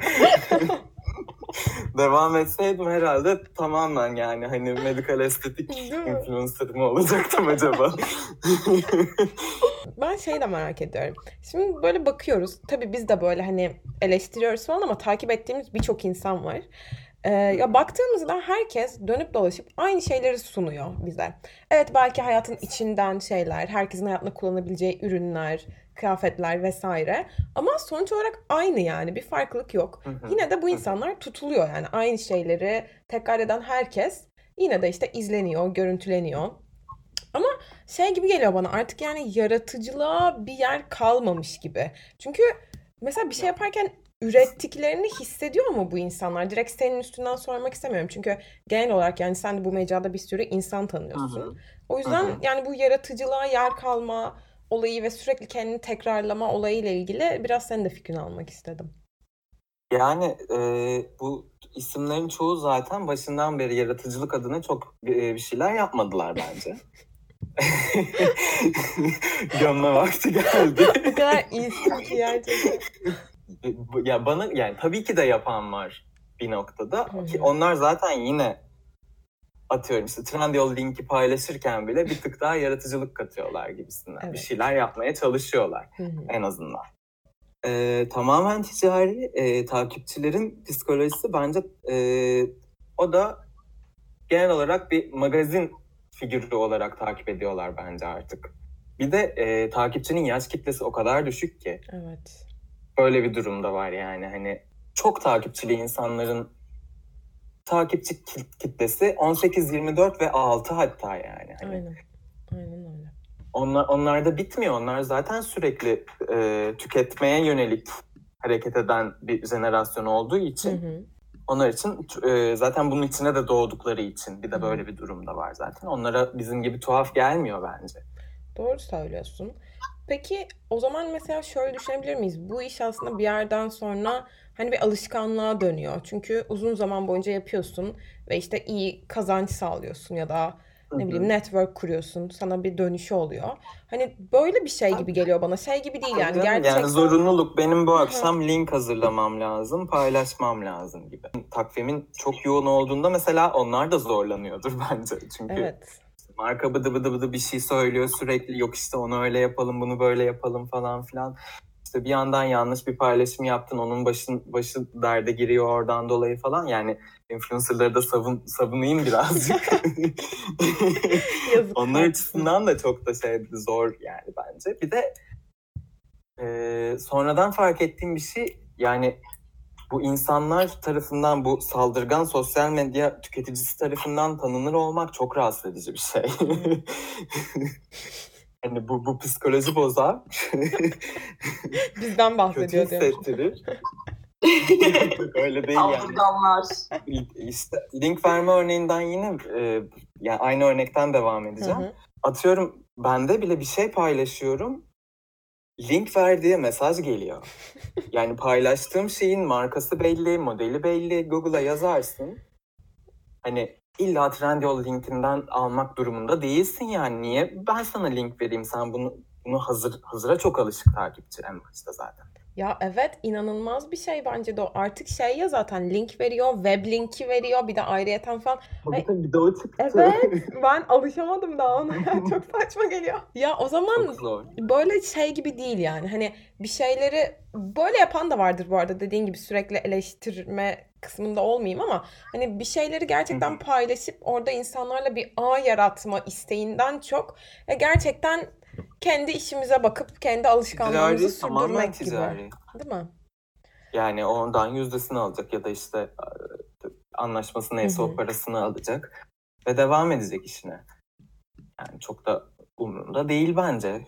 Devam etseydim herhalde tamamen yani hani medikal estetik influencer mı olacaktım acaba? Ben şeyi de merak ediyorum. Şimdi böyle bakıyoruz. Tabii biz de böyle hani eleştiriyoruz falan ama takip ettiğimiz birçok insan var. Ee, ya baktığımızda herkes dönüp dolaşıp aynı şeyleri sunuyor bize. Evet belki hayatın içinden şeyler, herkesin hayatında kullanabileceği ürünler, kıyafetler vesaire. Ama sonuç olarak aynı yani bir farklılık yok. Yine de bu insanlar tutuluyor yani aynı şeyleri tekrar eden herkes yine de işte izleniyor, görüntüleniyor. Ama şey gibi geliyor bana artık yani yaratıcılığa bir yer kalmamış gibi. Çünkü mesela bir şey yaparken ürettiklerini hissediyor mu bu insanlar? Direkt senin üstünden sormak istemiyorum. Çünkü genel olarak yani sen de bu mecrada bir sürü insan tanıyorsun. O yüzden yani bu yaratıcılığa yer kalma olayı ve sürekli kendini tekrarlama olayıyla ilgili biraz senin de fikrini almak istedim. Yani e, bu isimlerin çoğu zaten başından beri yaratıcılık adına çok e, bir şeyler yapmadılar bence. Gömme vakti geldi. Bu kadar iyisin ki gerçekten. Ya bana yani tabii ki de yapan var bir noktada. Hı hı. Ki onlar zaten yine atıyorum işte Trendyol linki paylaşırken bile bir tık daha yaratıcılık katıyorlar gibisinden. Evet. Bir şeyler yapmaya çalışıyorlar en azından. Ee, tamamen ticari e, takipçilerin psikolojisi bence e, o da genel olarak bir magazin figürü olarak takip ediyorlar bence artık. Bir de e, takipçinin yaş kitlesi o kadar düşük ki. Evet. Böyle bir durumda var yani hani çok takipçili insanların takipçi kitlesi on sekiz yirmi dört ve altı hatta yani. Hani aynen. Aynen öyle. Onlar, onlar da bitmiyor. Onlar zaten sürekli e, tüketmeye yönelik hareket eden bir jenerasyon olduğu için hı hı. onlar için e, zaten bunun içine de doğdukları için bir de böyle bir durum da var zaten. Onlara bizim gibi tuhaf gelmiyor bence. Doğru söylüyorsun. Peki o zaman mesela şöyle düşünebilir miyiz? Bu iş aslında bir yerden sonra hani bir alışkanlığa dönüyor. Çünkü uzun zaman boyunca yapıyorsun ve işte iyi kazanç sağlıyorsun ya da ne bileyim network kuruyorsun. Sana bir dönüşü oluyor. Hani böyle bir şey gibi geliyor bana. Şey gibi değil yani. Gerçekten... Yani zorunluluk. Benim bu akşam link hazırlamam lazım, paylaşmam lazım gibi. Takvimin çok yoğun olduğunda mesela onlar da zorlanıyordur bence. Çünkü evet. marka bıdı bıdı bıdı bir şey söylüyor sürekli. Yok işte onu öyle yapalım, bunu böyle yapalım falan filan. İşte bir yandan yanlış bir paylaşım yaptın, onun başın başı derde giriyor oradan dolayı falan. Yani influencerları da savun, savunayım birazcık. Onlar açısından da çok da şey zor yani bence. Bir de e, sonradan fark ettiğim bir şey yani bu insanlar tarafından, bu saldırgan sosyal medya tüketicisi tarafından tanınır olmak çok rahatsız edici bir şey. Hani bu, bu psikoloji bozar. Bizden bahsediyor. Kötü hissettirir. Öyle değil Saldırganlar. Yani. İşte link verme örneğinden yine e, yani aynı örnekten devam edeceğim. Hı hı. Atıyorum bende bile bir şey paylaşıyorum. Link ver diye mesaj geliyor. Yani paylaştığım şeyin markası belli, modeli belli. Google'a yazarsın. Hani illa Trendyol linkinden almak durumunda değilsin yani. Niye ben sana link vereyim? Sen bunu bunu hazır hazıra çok alışık takipçi en başta zaten. Ya evet, inanılmaz bir şey bence de o. Artık şey ya zaten link veriyor, web linki veriyor, bir de ayrıyeten falan. Tabii tabii bir de o çıktı. Evet, ben alışamadım daha ona. Çok saçma geliyor. Ya o zaman böyle şey gibi değil yani. Hani bir şeyleri böyle yapan da vardır bu arada, dediğin gibi sürekli eleştirme kısmında olmayayım ama hani bir şeyleri gerçekten paylaşıp orada insanlarla bir ağ yaratma isteğinden çok ve gerçekten kendi işimize bakıp kendi alışkanlığımızı ticari, sürdürmek gibi. Değil mi? Yani ondan yüzdesini alacak ya da işte anlaşması neyse o parasını alacak ve devam edecek işine. Yani çok da umurunda değil bence.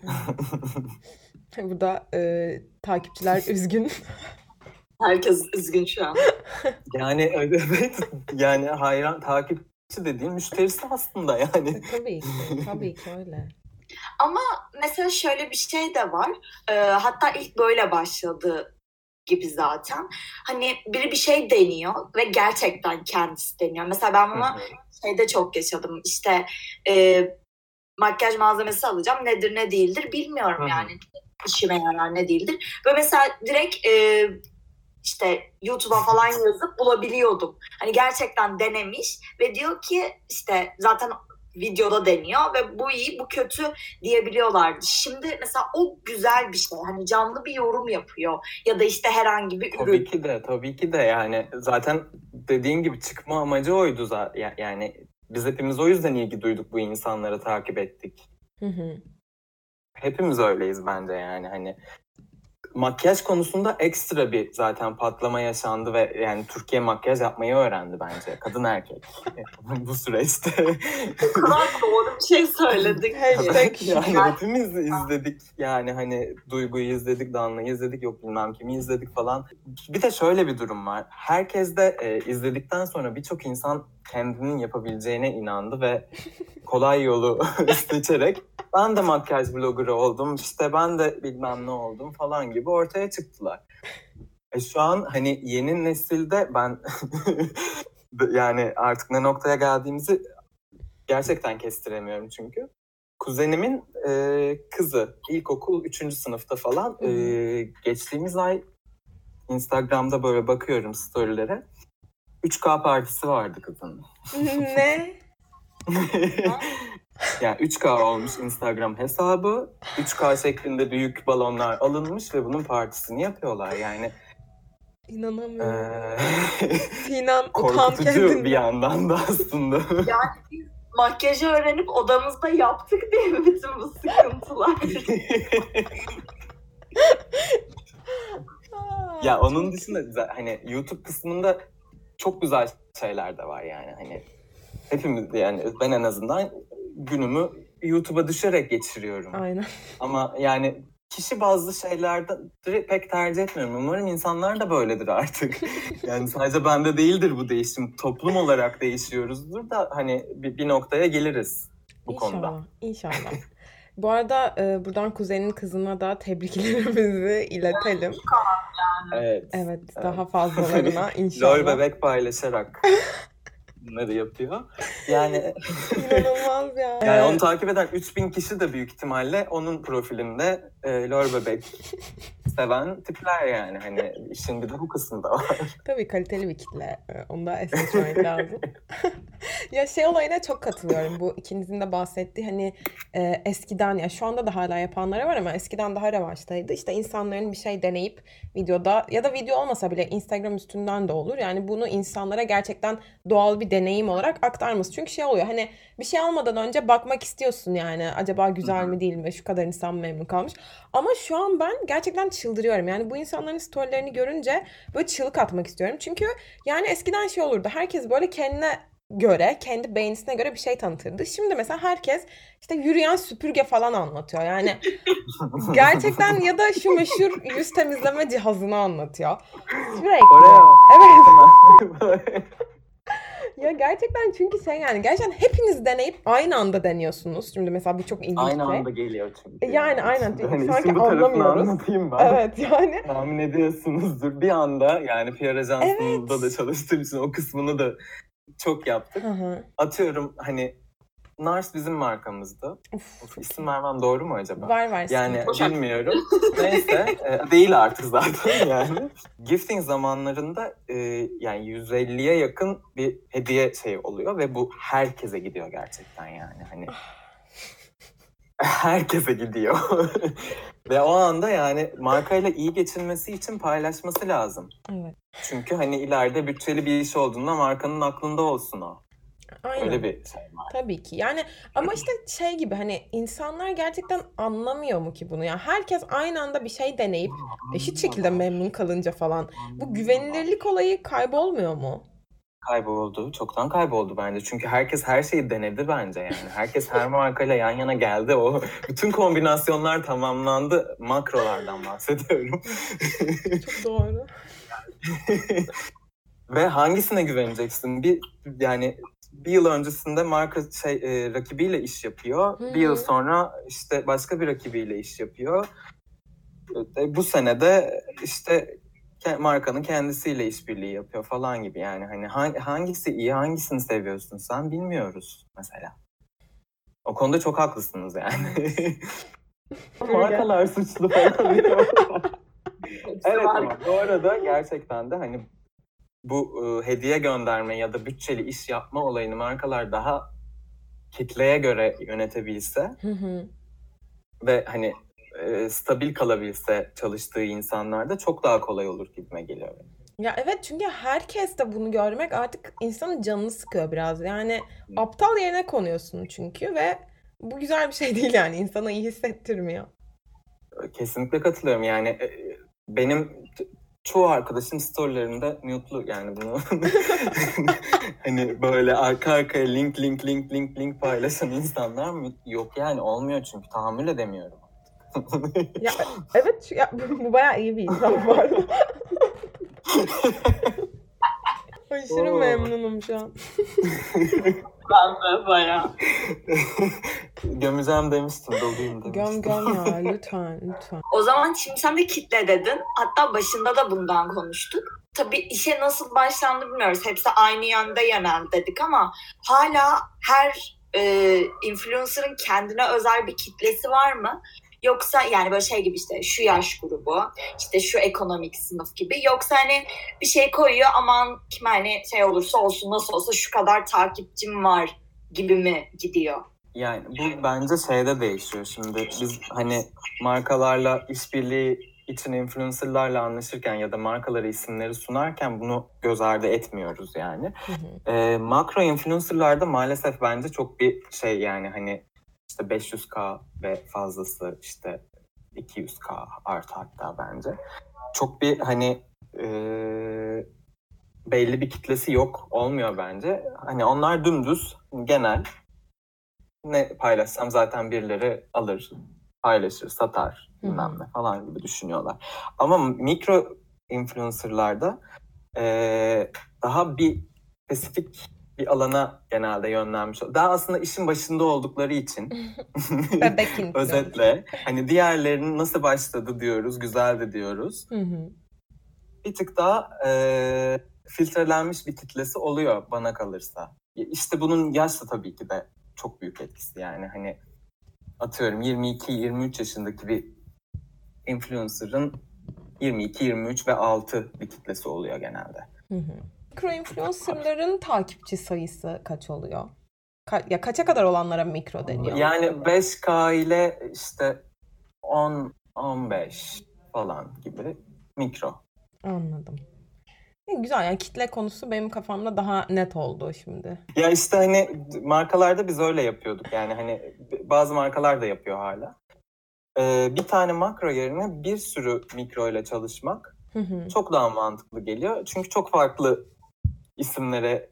Burada e, takipçiler üzgün. Herkes üzgün şu an. Yani evet, yani hayran takipçi dediğim müşterisi aslında yani. Tabii ki, tabii ki öyle. Ama mesela şöyle bir şey de var. Ee, hatta ilk böyle başladı gibi zaten. Hani biri bir şey deniyor ve gerçekten kendisi deniyor. Mesela ben bunu şeyde çok yaşadım. İşte e, makyaj malzemesi alacağım. Nedir ne değildir bilmiyorum Hı-hı. yani. İşime yarar ne değildir. Ve mesela direkt e, işte YouTube'a falan yazıp bulabiliyordum. Hani gerçekten denemiş ve diyor ki işte zaten videoda deniyor ve bu iyi, bu kötü diyebiliyorlardı. Şimdi mesela o güzel bir şey. Hani canlı bir yorum yapıyor. Ya da işte herhangi bir ürün. Tabii ki de, tabii ki de yani. Zaten dediğin gibi çıkma amacı oydu zaten. Yani biz hepimiz o yüzden ilgi duyduk, bu insanları takip ettik. Hı hı. Hepimiz öyleyiz bence yani hani. Makyaj konusunda ekstra bir zaten patlama yaşandı ve yani Türkiye makyaj yapmayı öğrendi bence. Kadın erkek bu süreçte. O kadar doğru bir şey söyledik. Yani hepimiz izledik yani hani Duygu'yu izledik, Danla'yı izledik, yok bilmem kimi izledik falan. Bir de şöyle bir durum var. Herkes de e, izledikten sonra birçok insan kendinin yapabileceğine inandı ve kolay yolu seçerek ben de makyaj bloggerı oldum, işte ben de bilmem ne oldum falan gibi ortaya çıktılar. E şu an hani yeni nesilde ben yani artık ne noktaya geldiğimizi gerçekten kestiremiyorum çünkü. Kuzenimin e, kızı ilkokul üçüncü sınıfta falan e, geçtiğimiz ay Instagram'da böyle bakıyorum storylere. üç K partisi vardı kızın. Ne? Yani üç K olmuş Instagram hesabı. üç K şeklinde büyük balonlar alınmış ve bunun partisini yapıyorlar. Yani İnanamıyorum. Ee, Sinan utan korkutucu kendinden. bir yandan da aslında. Yani biz makyajı öğrenip odamızda yaptık diye mi bütün bu sıkıntılar? Ya onun dışında hani YouTube kısmında çok güzel şeyler de var yani hani hepimiz yani ben en azından günümü YouTube'a düşerek geçiriyorum. Aynen. Ama yani kişi bazı şeylerde pek tercih etmiyorum. Umarım insanlar da böyledir artık. Yani sadece bende değildir bu değişim. Toplum olarak değişiyoruzdur da hani bir, bir noktaya geliriz bu İnşallah, konuda. İnşallah. Bu arada e, buradan kuzenin kızına da tebriklerimizi iletelim. Evet. Evet, evet. Daha fazlalarına inşallah. Lol bebek paylaşarak bunları yapıyor. Yani İnanılmaz ya. Yani onu takip eden üç bin kişi de büyük ihtimalle onun profilinde e, lol bebek seven tipler yani. Hani işin bir de bu kısmı da var. Tabii kaliteli bir kitle. Onu da es geçmemek lazım. Ya şey olayına çok katılıyorum. Bu ikinizin de bahsettiği hani e, eskiden ya şu anda da hala yapanlara var ama eskiden daha revaçtaydı. İşte insanların bir şey deneyip videoda ya da video olmasa bile Instagram üstünden de olur. Yani bunu insanlara gerçekten doğal bir deneyim olarak aktarması. Çünkü şey oluyor hani bir şey almadan önce bakmak istiyorsun yani. Acaba güzel mi değil mi? Şu kadar insan memnun kalmış. Ama şu an ben gerçekten çıldırıyorum. Yani bu insanların storylerini görünce böyle çığlık atmak istiyorum. Çünkü yani eskiden şey olurdu. Herkes böyle kendine göre, kendi beğenisine göre bir şey tanıtırdı. Şimdi mesela herkes işte yürüyen süpürge falan anlatıyor. Yani gerçekten ya da şu meşhur yüz temizleme cihazını anlatıyor. Sürekli. Oraya. Evet. Ya gerçekten çünkü şey yani gerçekten hepiniz deneyip aynı anda deniyorsunuz. Şimdi mesela bu çok ilginç aynı bir şey. anda geliyor çünkü. Yani aynen. Hani Sanki işin bu tarafını anlamıyoruz. anlatayım ben. Evet yani. Tahmin ediyorsunuzdur. Bir anda yani P R ajansında Evet. da çalıştığım için o kısmını da çok yaptık. Hı hı. Atıyorum hani Nars bizim markamızdı. Of, İsim vermem doğru mu acaba? Var var. Yani Hocam. bilmiyorum. Neyse e, değil artık zaten yani. Gifting zamanlarında e, yani yüz elliye yakın bir hediye şey oluyor ve bu herkese gidiyor gerçekten yani hani. Herkese gidiyor. Ve o anda yani markayla iyi geçinmesi için paylaşması lazım. Evet. Çünkü hani ileride bütçeli bir iş olduğunda markanın aklında olsun o. Aynen. Öyle bir şey var. Tabii ki. Yani ama işte şey gibi hani insanlar gerçekten anlamıyor mu ki bunu? Yani herkes aynı anda bir şey deneyip eşit şekilde memnun kalınca falan bu güvenilirlik olayı kaybolmuyor mu? Kayboldu. Çoktan kayboldu bence. Çünkü herkes her şeyi denedi bence yani. Herkes her markayla yan yana geldi. O bütün kombinasyonlar tamamlandı. Makrolardan bahsediyorum. Çok doğru. Ve hangisine güveneceksin? Bir yani bir yıl öncesinde marka şey e, rakibiyle iş yapıyor. Hı-hı. Bir yıl sonra işte başka bir rakibiyle iş yapıyor. E, bu sene de işte markanın kendisiyle işbirliği yapıyor falan gibi yani hani hangisi iyi, hangisini seviyorsun sen bilmiyoruz mesela. O konuda çok haklısınız yani. Markalar suçlu falan diyor. Evet ama bu arada gerçekten de hani bu e, hediye gönderme ya da bütçeli iş yapma olayını markalar daha kitleye göre yönetebilse Hı hı. ve hani e, stabil kalabilse çalıştığı insanlarda çok daha kolay olur gibime geliyor. Ya evet çünkü herkes de bunu görmek artık insanın canını sıkıyor biraz. Yani aptal yerine konuyorsun çünkü ve bu güzel bir şey değil yani insana iyi hissettirmiyor. Kesinlikle katılıyorum yani e, benim çoğu arkadaşım storylerinde mute'lu yani bunu hani böyle arka arkaya link link link link link paylaşan insanlar yok yani olmuyor çünkü tahammül edemiyorum. Ya evet ya, bu bayağı iyi bir insan var. Aşırı Oo. memnunum şu an. Ben de bayağı. Gömeceğim demiştim, doluyum demiştim. Göm göm ya lütfen lütfen. O zaman şimdi sen bir kitle dedin. Hatta başında da bundan konuştuk. Tabii işe nasıl başlandı bilmiyoruz. Hepsi aynı yönde yöneldi dedik ama hala her e, influencer'ın kendine özel bir kitlesi var mı? Yoksa yani böyle şey gibi işte şu yaş grubu, işte şu ekonomik sınıf gibi. Yoksa hani bir şey koyuyor aman kim hani şey olursa olsun nasıl olsa şu kadar takipçim var gibi mi gidiyor? Yani bu bence şeyde değişiyor şimdi. Biz hani markalarla işbirliği için influencerlarla anlaşırken ya da markalara isimleri sunarken bunu göz ardı etmiyoruz yani. Hı hı. Ee, makro influencerlarda maalesef bence çok bir şey yani hani işte beş yüz K ve fazlası işte iki yüz K artı hatta bence. Çok bir hani e, belli bir kitlesi yok olmuyor bence. Hani onlar dümdüz genel ne paylaşsam zaten birileri alır, paylaşır, satar bilmem ne falan gibi düşünüyorlar. Ama mikro influencerlarda e, daha bir spesifik bir alana genelde yönlenmiş. Daha aslında işin başında oldukları için Bebek özetle hani diğerlerinin nasıl başladı diyoruz, güzel de diyoruz. Hı hı. Bir tık daha e, filtrelenmiş bir kitlesi oluyor bana kalırsa. İşte bunun yaşla tabii ki de çok büyük etkisi yani hani atıyorum yirmi iki yirmi üç yaşındaki bir influencer'ın yirmi iki yirmi üç ve altı bir kitlesi oluyor genelde. Hı hı. Mikro influencer'ların takipçi sayısı kaç oluyor? Ka- ya kaça kadar olanlara mikro deniyor? Yani beş K ile işte on on beş falan gibi mikro. Anladım. Güzel, yani kitle konusu benim kafamda daha net oldu şimdi. Ya işte hani markalarda biz öyle yapıyorduk yani hani bazı markalar da yapıyor hala. Ee, bir tane makro yerine bir sürü mikro ile çalışmak Hı hı. çok daha mantıklı geliyor. Çünkü çok farklı isimlere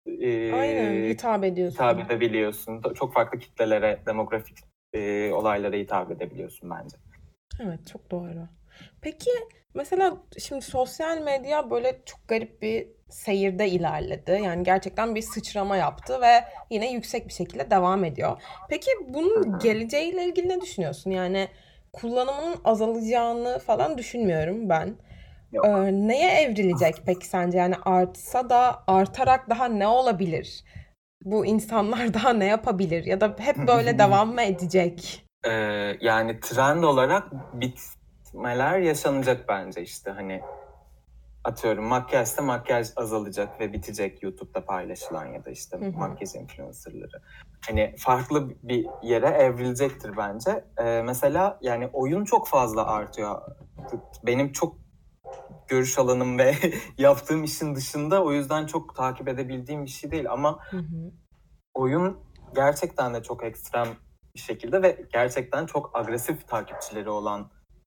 e, Aynen, hitap ediyorsun. hitap edebiliyorsun. Çok farklı kitlelere, demografik e, olaylara hitap edebiliyorsun bence. Evet, çok doğru. Peki mesela şimdi sosyal medya böyle çok garip bir seyirde ilerledi. Yani gerçekten bir sıçrama yaptı ve yine yüksek bir şekilde devam ediyor. Peki bunun geleceğiyle ilgili ne düşünüyorsun? Yani kullanımının azalacağını falan düşünmüyorum ben. Yok. Ee, neye evrilecek peki sence? Yani artsa da artarak daha ne olabilir? Bu insanlar daha ne yapabilir? Ya da hep böyle devam mı edecek? Ee, yani trend olarak bitmeler yaşanacak bence işte hani atıyorum makyajsa makyaj azalacak ve bitecek YouTube'da paylaşılan ya da işte Hı hı. makyaj influencerları. Hani farklı bir yere evrilecektir bence. Ee, mesela yani oyun çok fazla artıyor. Benim çok görüş alanım ve yaptığım işin dışında o yüzden çok takip edebildiğim bir şey değil ama Hı hı. oyun gerçekten de çok ekstrem bir şekilde ve gerçekten çok agresif takipçileri olan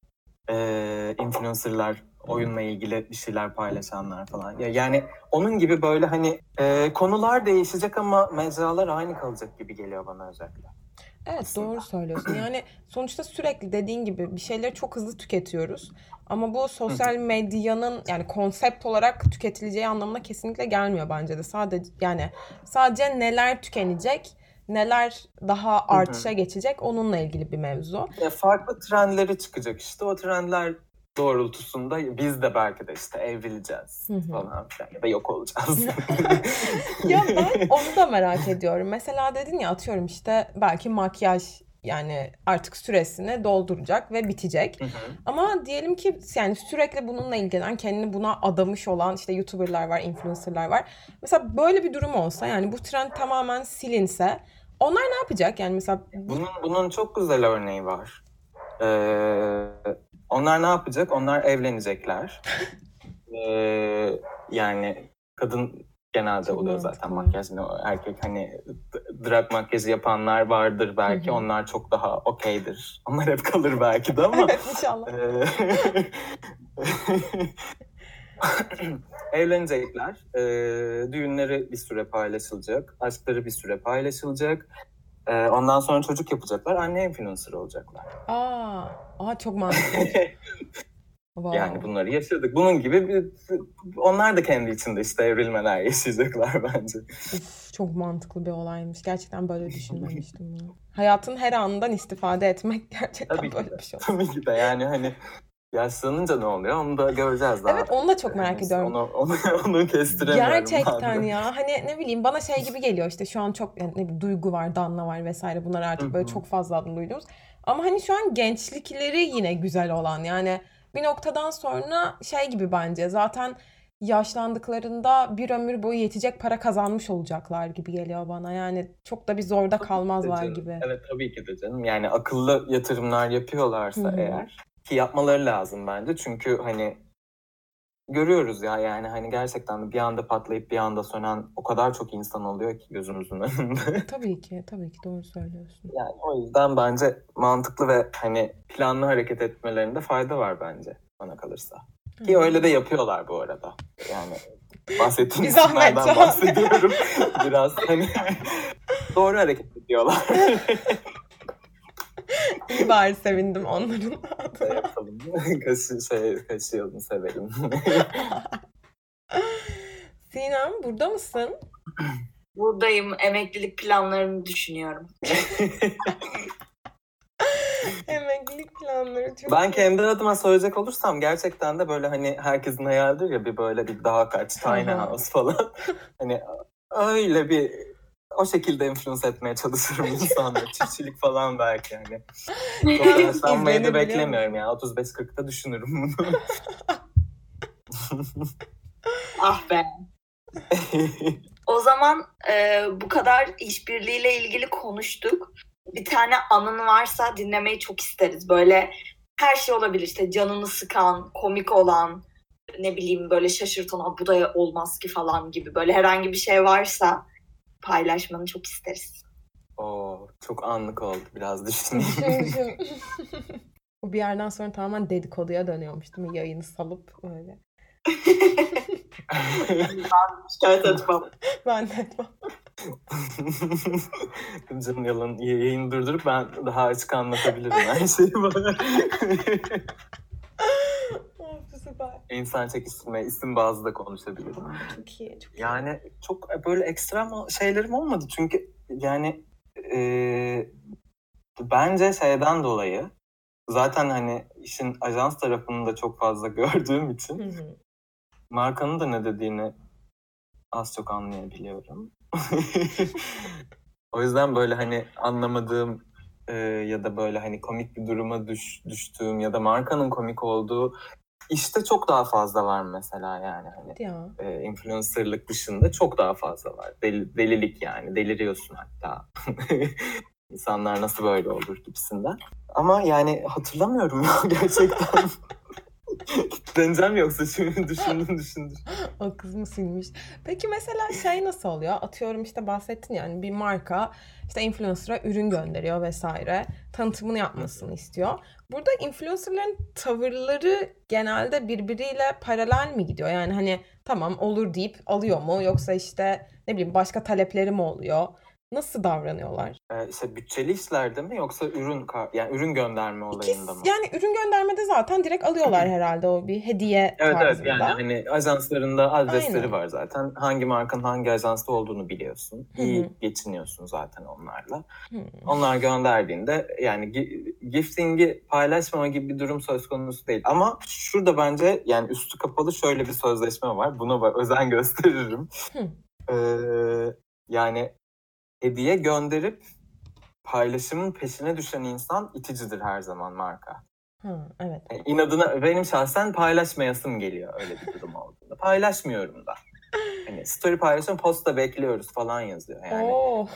e, influencerlar, oyunla ilgili bir şeyler paylaşanlar falan. Ya yani onun gibi böyle hani e, konular değişecek ama mecralar aynı kalacak gibi geliyor bana özellikle. Evet, Aslında. doğru söylüyorsun. Yani sonuçta sürekli dediğin gibi bir şeyleri çok hızlı tüketiyoruz. Ama bu sosyal medyanın yani konsept olarak tüketileceği anlamına kesinlikle gelmiyor bence de. Sadece yani sadece neler tükenecek, neler daha artışa geçecek onunla ilgili bir mevzu. Ya farklı trendleri çıkacak işte. O trendler doğrultusunda biz de belki de işte evrileceğiz falan filan ya da yok olacağız. Ya ben onu da merak ediyorum. Mesela dedin ya atıyorum işte belki makyaj yani artık süresini dolduracak ve bitecek. Ama diyelim ki yani sürekli bununla ilgilenen, kendini buna adamış olan işte YouTuber'lar var, influencer'lar var. Mesela böyle bir durum olsa yani bu trend tamamen silinse onlar ne yapacak? Yani mesela bu... bunun bunun çok güzel örneği var. Ee, onlar ne yapacak? Onlar evlenecekler. Ee, yani kadın genelde Çok oluyor mantıklı. zaten makyaj. Erkek hani drag makyajı yapanlar vardır belki. Hı hı. Onlar çok daha okeydir. Onlar hep kalır belki de ama. Evet, inşallah. Evlenecekler. Ee, düğünleri bir süre paylaşılacak. Aşkları bir süre paylaşılacak. Ee, ondan sonra çocuk yapacaklar. Anne influencer olacaklar. Aa, aa çok mantıklı. Wow. Yani bunları yaşadık. Bunun gibi bir, onlar da kendi içinde işte evrilmeler yaşayacaklar bence. Uf, çok mantıklı bir olaymış. Gerçekten böyle düşünmemiştim bunu. Hayatın her anından istifade etmek gerçekten Tabii böyle ki de. bir şey. Tabii ki de yani hani yaşlanınca ne oluyor onu da göreceğiz daha. Evet, onu da çok merak yani ediyorum. Onu, onu, onu kestiremiyorum gerçekten ya. Hani ne bileyim bana şey gibi geliyor işte şu an çok yani ne bileyim, Duygu var, Danla var vesaire bunlar artık böyle çok fazla adını duyduğumuz. Ama hani şu an gençlikleri yine güzel olan yani bir noktadan sonra şey gibi bence zaten yaşlandıklarında bir ömür boyu yetecek para kazanmış olacaklar gibi geliyor bana. Yani çok da bir zorda kalmazlar Canım. gibi. Evet tabii ki de canım. Yani akıllı yatırımlar yapıyorlarsa Hı hı. eğer ki yapmaları lazım bence. Çünkü hani görüyoruz ya yani hani gerçekten bir anda patlayıp bir anda sönen o kadar çok insan oluyor ki gözümüzün önünde. Tabii ki, tabii ki doğru söylüyorsun. Yani o yüzden bence mantıklı ve hani planlı hareket etmelerinde fayda var bence bana kalırsa. Ki Hı. öyle de yapıyorlar bu arada. Yani bahsettiğim Bir zahmet isimlerden canım. bahsediyorum. Biraz hani doğru hareket ediyorlar. İyi bari sevindim onların Şey adına. yapalım. Kaşı, şey, kaşıyalım, sevelim. Sinem burada mısın? Buradayım. Emeklilik planlarını düşünüyorum. Emeklilik planları çok Ben iyi. kendi adıma söyleyecek olursam gerçekten de böyle hani herkesin hayalidir ya bir böyle bir daha kaç tiny Aha. house falan. Hani öyle bir o şekilde influence etmeye çalışırım insanları. Çiftçilik falan belki hani. Çok Yani yaşlanmayı da izlenebiliyor beklemiyorum musun? ya. otuz beş kırkta düşünürüm bunu. Ah be. O zaman e, bu kadar işbirliğiyle ilgili konuştuk. Bir tane anın varsa dinlemeyi çok isteriz. Böyle her şey olabilir işte canını sıkan, komik olan, ne bileyim böyle şaşırtan, "Aa, bu da olmaz ki" falan gibi. Böyle herhangi bir şey varsa paylaşmanı çok isteriz. Oo, çok anlık oldu. Biraz Düşün düşüneyim. düşün. Bu bir yerden sonra tamamen dedikoduya dönüyormuş değil mi? Yayını salıp öyle. Şikayet etmem. Ben de etmem. Canım yalan yayını durdurup ben daha açık anlatabilirim her şeyi bana. Oh, süper. İnsan çekiştirme, isim bazlı da konuşabilirim. Çok iyi, çok iyi. Yani çok böyle ekstrem şeylerim olmadı çünkü yani e, bence şeyden dolayı zaten hani işin ajans tarafını da çok fazla gördüğüm için Hı hı. markanın da ne dediğini az çok anlayabiliyorum. O yüzden böyle hani anlamadığım e, ya da böyle hani komik bir duruma düş, düştüğüm ya da markanın komik olduğu işte çok daha fazla var mesela yani hani Ya. e, influencerlık dışında çok daha fazla var. Deli, delilik yani deliriyorsun hatta. İnsanlar nasıl böyle olur gibisinden. Ama yani hatırlamıyorum ya gerçekten. Deneyeceğim yoksa şimdi düşündüm düşündüm. O kız mı silmiş? Peki mesela şey nasıl oluyor? Atıyorum işte bahsettin yani bir marka işte influencer'a ürün gönderiyor vesaire. Tanıtımını yapmasını istiyor. Burada influencer'ların tavırları genelde birbiriyle paralel mi gidiyor? Yani hani tamam olur deyip alıyor mu? Yoksa işte ne bileyim başka talepleri mi oluyor? Nasıl davranıyorlar? Ee, işte bütçeli işlerde mi yoksa ürün ka- yani ürün gönderme olayında mı? İkisi, yani ürün göndermede zaten direkt alıyorlar herhalde o bir hediye Evet evet yani tarzında. hani ajanslarında adresleri Aynen. var zaten. Hangi markanın hangi ajansta olduğunu biliyorsun. Hı İyi hı. geçiniyorsun zaten onlarla. Hı. Onlar gönderdiğinde yani gi- gifting'i paylaşmama gibi bir durum söz konusu değil. Ama şurada bence yani üstü kapalı şöyle bir sözleşme var. Buna bak, özen gösteririm. Hı. Ee, yani hediye gönderip paylaşımın peşine düşen insan iticidir her zaman marka. Ha, evet. Yani inadına benim şahsen paylaşmayasım geliyor öyle bir durum olduğunda. Paylaşmıyorum da. Hani story paylaşıyorum, posta bekliyoruz falan yazıyor yani. Oo.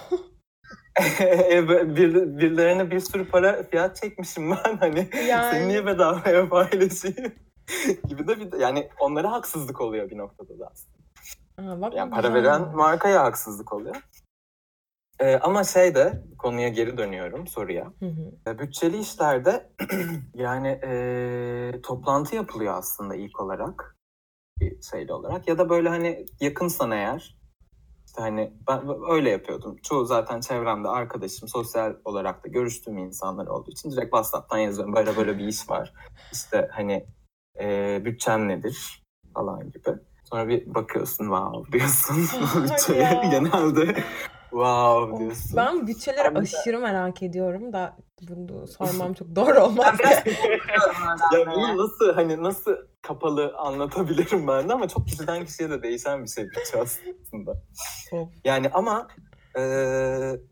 bir, birilerine bir sürü para fiyat çekmişim ben hani Yani. seni niye bedavaya paylaşayım gibi de bir yani onlara haksızlık oluyor bir noktada da aslında. Aa, bak, Yani bu para güzel. veren markaya haksızlık oluyor. Ee, ama şeyde konuya geri dönüyorum soruya. Hı hı. Bütçeli işlerde yani e, toplantı yapılıyor aslında ilk olarak bir şeyli olarak ya da böyle hani yakınsan eğer işte hani ben öyle yapıyordum. Çoğu zaten çevremde arkadaşım sosyal olarak da görüştüğüm insanlar olduğu için direkt WhatsApp'tan yazıyorum böyle böyle bir iş var. İşte hani e, bütçen nedir falan gibi. Sonra bir bakıyorsun wow diyorsun bütçeye Ya. genelde. Wow Of, diyorsun. ben bütçeleri Ben de- aşırı merak ediyorum da bunu sormam çok doğru olmaz Ben biraz ki. Ya bunu nasıl hani nasıl kapalı anlatabilirim ben de ama çok kişiden kişiye de değişen bir şey bütçe aslında. Of. Yani ama e,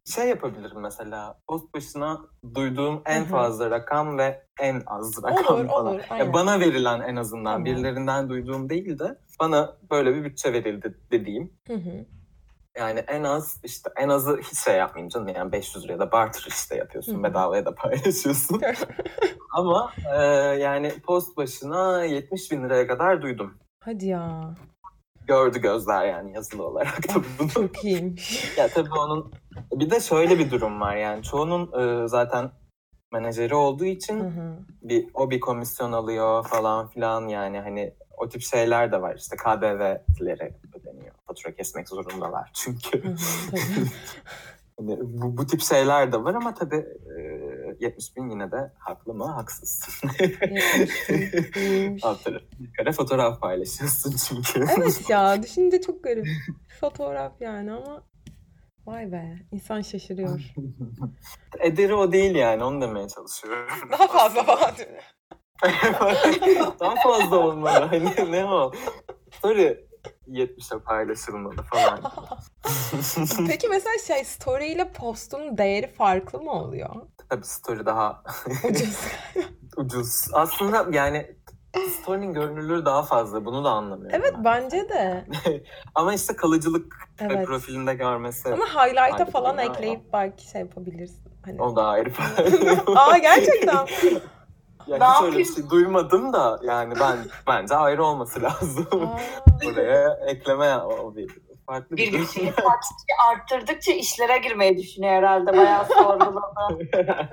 şey yapabilirim mesela. Post başına duyduğum en Hı hı. fazla rakam ve en az rakam Olur, falan. olur, Ya aynen. bana verilen en azından Tamam. birilerinden duyduğum değil de bana böyle bir bütçe verildi dediğim. Hı hı. Yani en az işte en azı hiç şey yapmayayım canım, yani beş yüz liraya da barter işte yapıyorsun, Hı hı. bedavaya da paylaşıyorsun. Ama e, yani post başına yetmiş bin liraya kadar duydum. Hadi ya. Gördü gözler yani yazılı olarak da bunu. Çok iyiymiş. Ya tabii onun bir de şöyle bir durum var, yani çoğunun e, zaten menajeri olduğu için Hı hı. bir o bir komisyon alıyor falan filan, yani hani o tip şeyler de var, işte K D V'lere ödeniyor, fatura kesmek zorundalar çünkü. Hı hı, tabii. Hani bu, bu tip şeyler de var ama tabii e, yetmiş bin yine de haklı mı? Haksız. yetmiş bin iyiymiş. Alt tarafı yukarı fotoğraf paylaşıyorsun çünkü. Evet ya, düşününce çok garip. Fotoğraf yani ama vay be, insan şaşırıyor. Ederi o değil yani, onu demeye çalışıyorum. Daha fazla falan diyor. Daha fazla olmalı. Hani ne o? Story yetmişe paylaşılmalı falan. Peki mesela şey, story ile postun değeri farklı mı oluyor? Tabii story daha Ucuz. ucuz. Aslında yani story'nin görünürlüğü daha fazla. Bunu da anlamıyorum. Evet ben. bence de. Ama işte kalıcılık Evet. profilinde görmesi. Ama highlight'a ayrı falan bir dünya ekleyip belki şey yapabilirsin. Hani... O da ayrı. Aa, gerçekten. Ya Ne hiç öyle bir yapayım? şey duymadım da yani ben bence ayrı olması lazım. Aa. Buraya ekleme o bir farklı bir Bir şey. şeyi arttırdıkça işlere girmeyi düşünüyor herhalde. Bayağı sorguladı.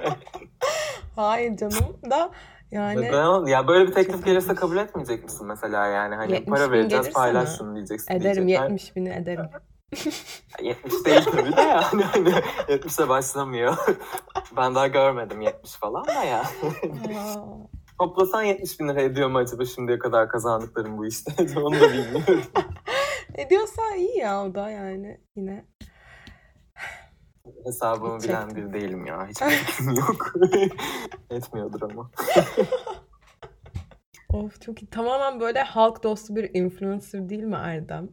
Hayır canım da yani Ben, ya böyle bir teklif çok gelirse ilginç. kabul etmeyecek misin mesela, yani hani yetmiş para bin vereceğiz, gelirse paylaş mi? şunu diyeceksin. Ederim, diyecekler. yetmiş bini ederim. yetmiş değil tabii de yani hani yetmişe başlamıyor. Ben daha görmedim yetmiş falan da ya. Aa. Toplasan yetmiş bin lira ediyor mu acaba şimdiye kadar kazandıklarım bu işte? Onu da bilmiyorum. Ediyorsa iyi ya, o da yani yine. Hesabımı bilen Çektim. biri değilim ya. Hiçbir fikrim yok. Etmiyordur ama. Of, çok iyi. Tamamen böyle halk dostu bir influencer değil mi Erdem?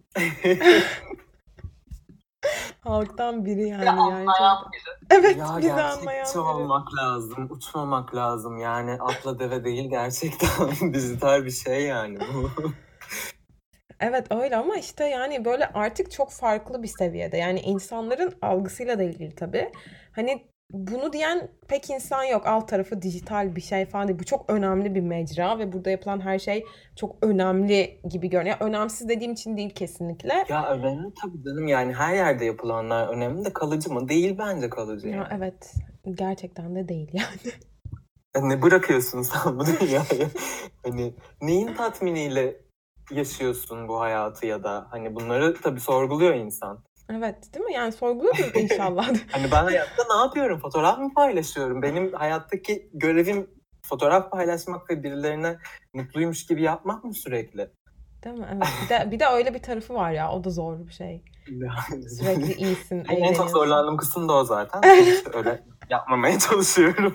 Halktan biri yani gerçekten. Evet, Ya bizi anlayan gerçekçi biri. olmak lazım, uçmamak lazım. Yani atla deve değil gerçekten. Dijital bir şey yani bu. Evet öyle ama işte yani böyle artık çok farklı bir seviyede. Yani insanların algısıyla da ilgili tabii. Hani bunu diyen pek insan yok. Alt tarafı dijital bir şey falan değil. Bu çok önemli bir mecra ve burada yapılan her şey çok önemli gibi görünüyor. Önemsiz dediğim için değil kesinlikle. Ya önemli tabii canım, yani her yerde yapılanlar önemli de kalıcı mı? Değil bence kalıcı Ya yani. evet, gerçekten de değil yani. Ne bırakıyorsun sen bu dünyaya? Hani neyin tatminiyle yaşıyorsun bu hayatı, ya da hani bunları tabii sorguluyor insan. Evet, değil mi? Yani sorguluyordur inşallah. Hani ben hayatta ne yapıyorum? Fotoğraf mı paylaşıyorum? Benim hayattaki görevim fotoğraf paylaşmak ve birilerine mutluymuş gibi yapmak mı sürekli? Değil mi? Evet. Bir de bir de öyle bir tarafı var ya. O da zor bir şey. Sürekli iyisin, En çok eğleniyorsun. zorlandığım kısım da o zaten. İşte öyle yapmamaya çalışıyorum.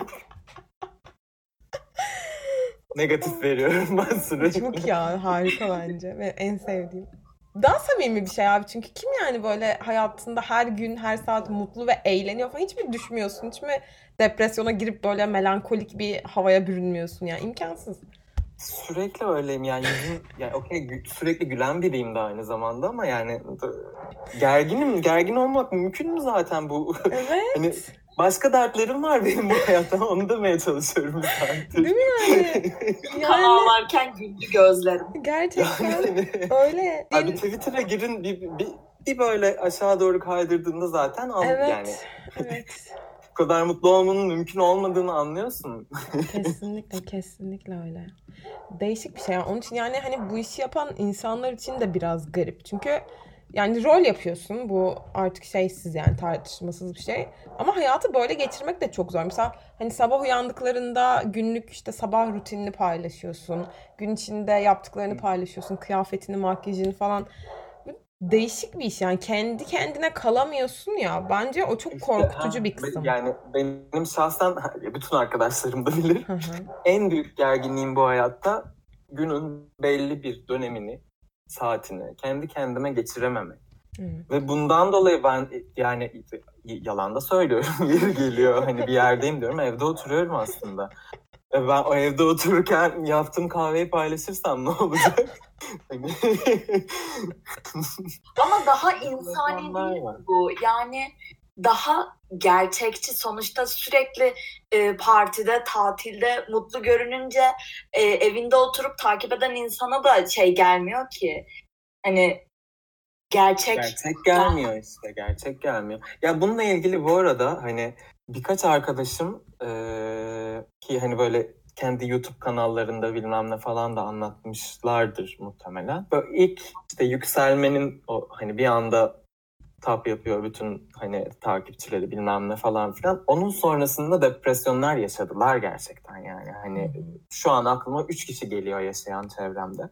Negatif veriyorum ben sürekli. Çok ya, harika bence ve en sevdiğim. Daha samimi bir şey abi, çünkü kim yani böyle hayatında her gün her saat mutlu ve eğleniyor falan, hiç mi düşmüyorsun, hiç mi depresyona girip böyle melankolik bir havaya bürünmüyorsun, yani imkansız. Sürekli öyleyim yani, yüzüm yani okey, sürekli gülen biriyim de aynı zamanda ama yani gerginim, gergin olmak mümkün mü zaten bu? Evet. Hani başka dertlerim var benim bu hayatta, onu demeye çalışıyorum zaten. Değil mi yani? Kan ağlarken güldü gözlerim. Gerçekten Yani, öyle. Abi Twitter'a girin, bir, bir, bir böyle aşağı doğru kaydırdığında zaten al, Evet. yani. Evet. Bu kadar mutlu olmanın mümkün olmadığını anlıyorsun. Kesinlikle, kesinlikle öyle. Değişik bir şey. Yani onun için yani hani bu işi yapan insanlar için de biraz garip. Çünkü yani rol yapıyorsun. Bu artık şeysiz, yani tartışmasız bir şey. Ama hayatı böyle geçirmek de çok zor. Mesela hani sabah uyandıklarında günlük işte sabah rutinini paylaşıyorsun. Gün içinde yaptıklarını paylaşıyorsun. Kıyafetini, makyajını falan. Değişik bir iş yani. Kendi kendine kalamıyorsun ya. Bence o çok korkutucu bir kısım. Yani benim şahsen, bütün arkadaşlarım da bilir. Hı hı. En büyük gerginliğim bu hayatta günün belli bir dönemini, saatini kendi kendime geçirememek. Evet. Ve bundan dolayı ben yani yalan da söylüyorum. Yeri geliyor hani bir yerdeyim diyorum. Evde oturuyorum aslında. Ve ben o evde otururken yaptığım kahveyi paylaşırsam ne olacak? Ama daha insani değil bu. Yani daha gerçekçi. Sonuçta sürekli e, partide, tatilde mutlu görününce e, evinde oturup takip eden insana da şey gelmiyor ki. Hani gerçek. Gerçek gelmiyor işte. Gerçek gelmiyor. Ya bununla ilgili bu arada hani birkaç arkadaşım e, ki hani böyle kendi YouTube kanallarında bilmem ne falan da anlatmışlardır muhtemelen. Böyle ilk işte yükselmenin o hani bir anda tap yapıyor bütün hani takipçileri bilmem ne falan filan. Onun sonrasında depresyonlar yaşadılar gerçekten yani. Hani şu an aklıma üç kişi geliyor yaşayan çevremde.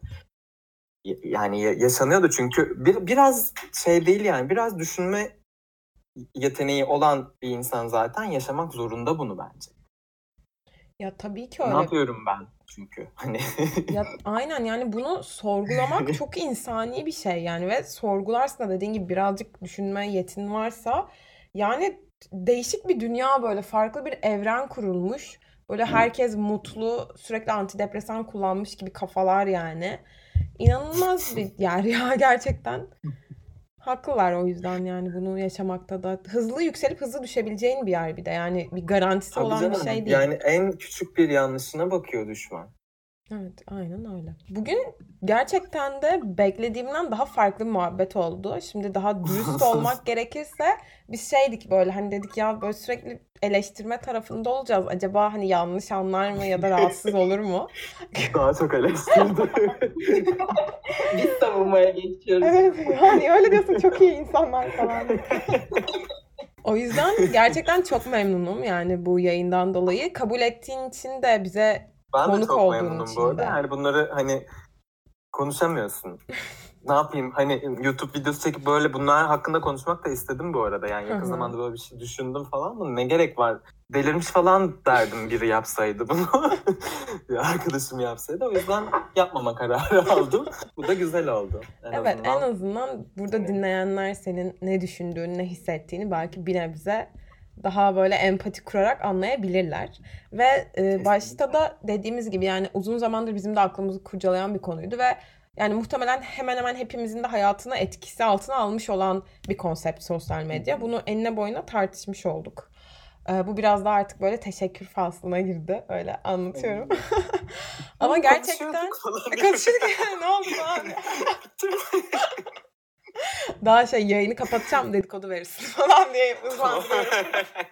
Yani yaşanıyordu çünkü bir, biraz şey değil yani biraz düşünme yeteneği olan bir insan zaten yaşamak zorunda bunu bence. Ya tabii ki öyle. Ne yapıyorum ben çünkü hani. Ya aynen yani bunu sorgulamak çok insani bir şey yani ve sorgularsın da dediğin gibi birazcık düşünme yetin varsa yani değişik bir dünya böyle farklı bir evren kurulmuş. Böyle herkes mutlu, sürekli antidepresan kullanmış gibi kafalar yani. İnanılmaz bir yer ya gerçekten. Haklılar o yüzden yani bunu yaşamakta da. Hızlı yükselip hızlı düşebileceğin bir yer bir de. Yani bir garantisi Tabii olan canım, bir şey değil. yani en küçük bir yanlışına bakıyor düşman. Evet, aynen öyle. Bugün gerçekten de beklediğimden daha farklı bir muhabbet oldu. Şimdi daha dürüst olmak gerekirse biz şeydik böyle hani dedik ya böyle sürekli eleştirme tarafında olacağız. Acaba hani yanlış anlar mı ya da rahatsız olur mu? Daha çok eleştirdi. Biz savunmaya geçiyoruz. Evet, yani öyle diyorsun çok iyi insanlar falan. O yüzden gerçekten çok memnunum yani bu yayından dolayı. Kabul ettiğin için de bize ben konuk de çok olduğun memnunum için bu arada. de. Yani bunları hani konuşamıyorsun. Ne yapayım hani YouTube videosu çekip böyle bunlar hakkında konuşmak da istedim bu arada. Yani yakın Hı hı. zamanda böyle bir şey düşündüm falan mı? Ne gerek var? Delirmiş falan derdim biri yapsaydı bunu. Bir arkadaşım yapsaydı. O yüzden yapmama kararı aldım. Bu da güzel oldu. En Evet, azından. en azından burada dinleyenler senin ne düşündüğünü, ne hissettiğini belki bir nebze daha böyle empati kurarak anlayabilirler. Ve e, başta da dediğimiz gibi yani uzun zamandır bizim de aklımızı kurcalayan bir konuydu ve yani muhtemelen hemen hemen hepimizin de hayatına etkisi altına almış olan bir konsept sosyal medya. Bunu enine boyuna tartışmış olduk. E, bu biraz daha artık böyle teşekkür faslına girdi. Öyle anlatıyorum. Ama gerçekten konuşuyorduk ne oldu falan. Daha şey yayını kapatacağım dedikodu verirsin falan diye uzmanlıyorum.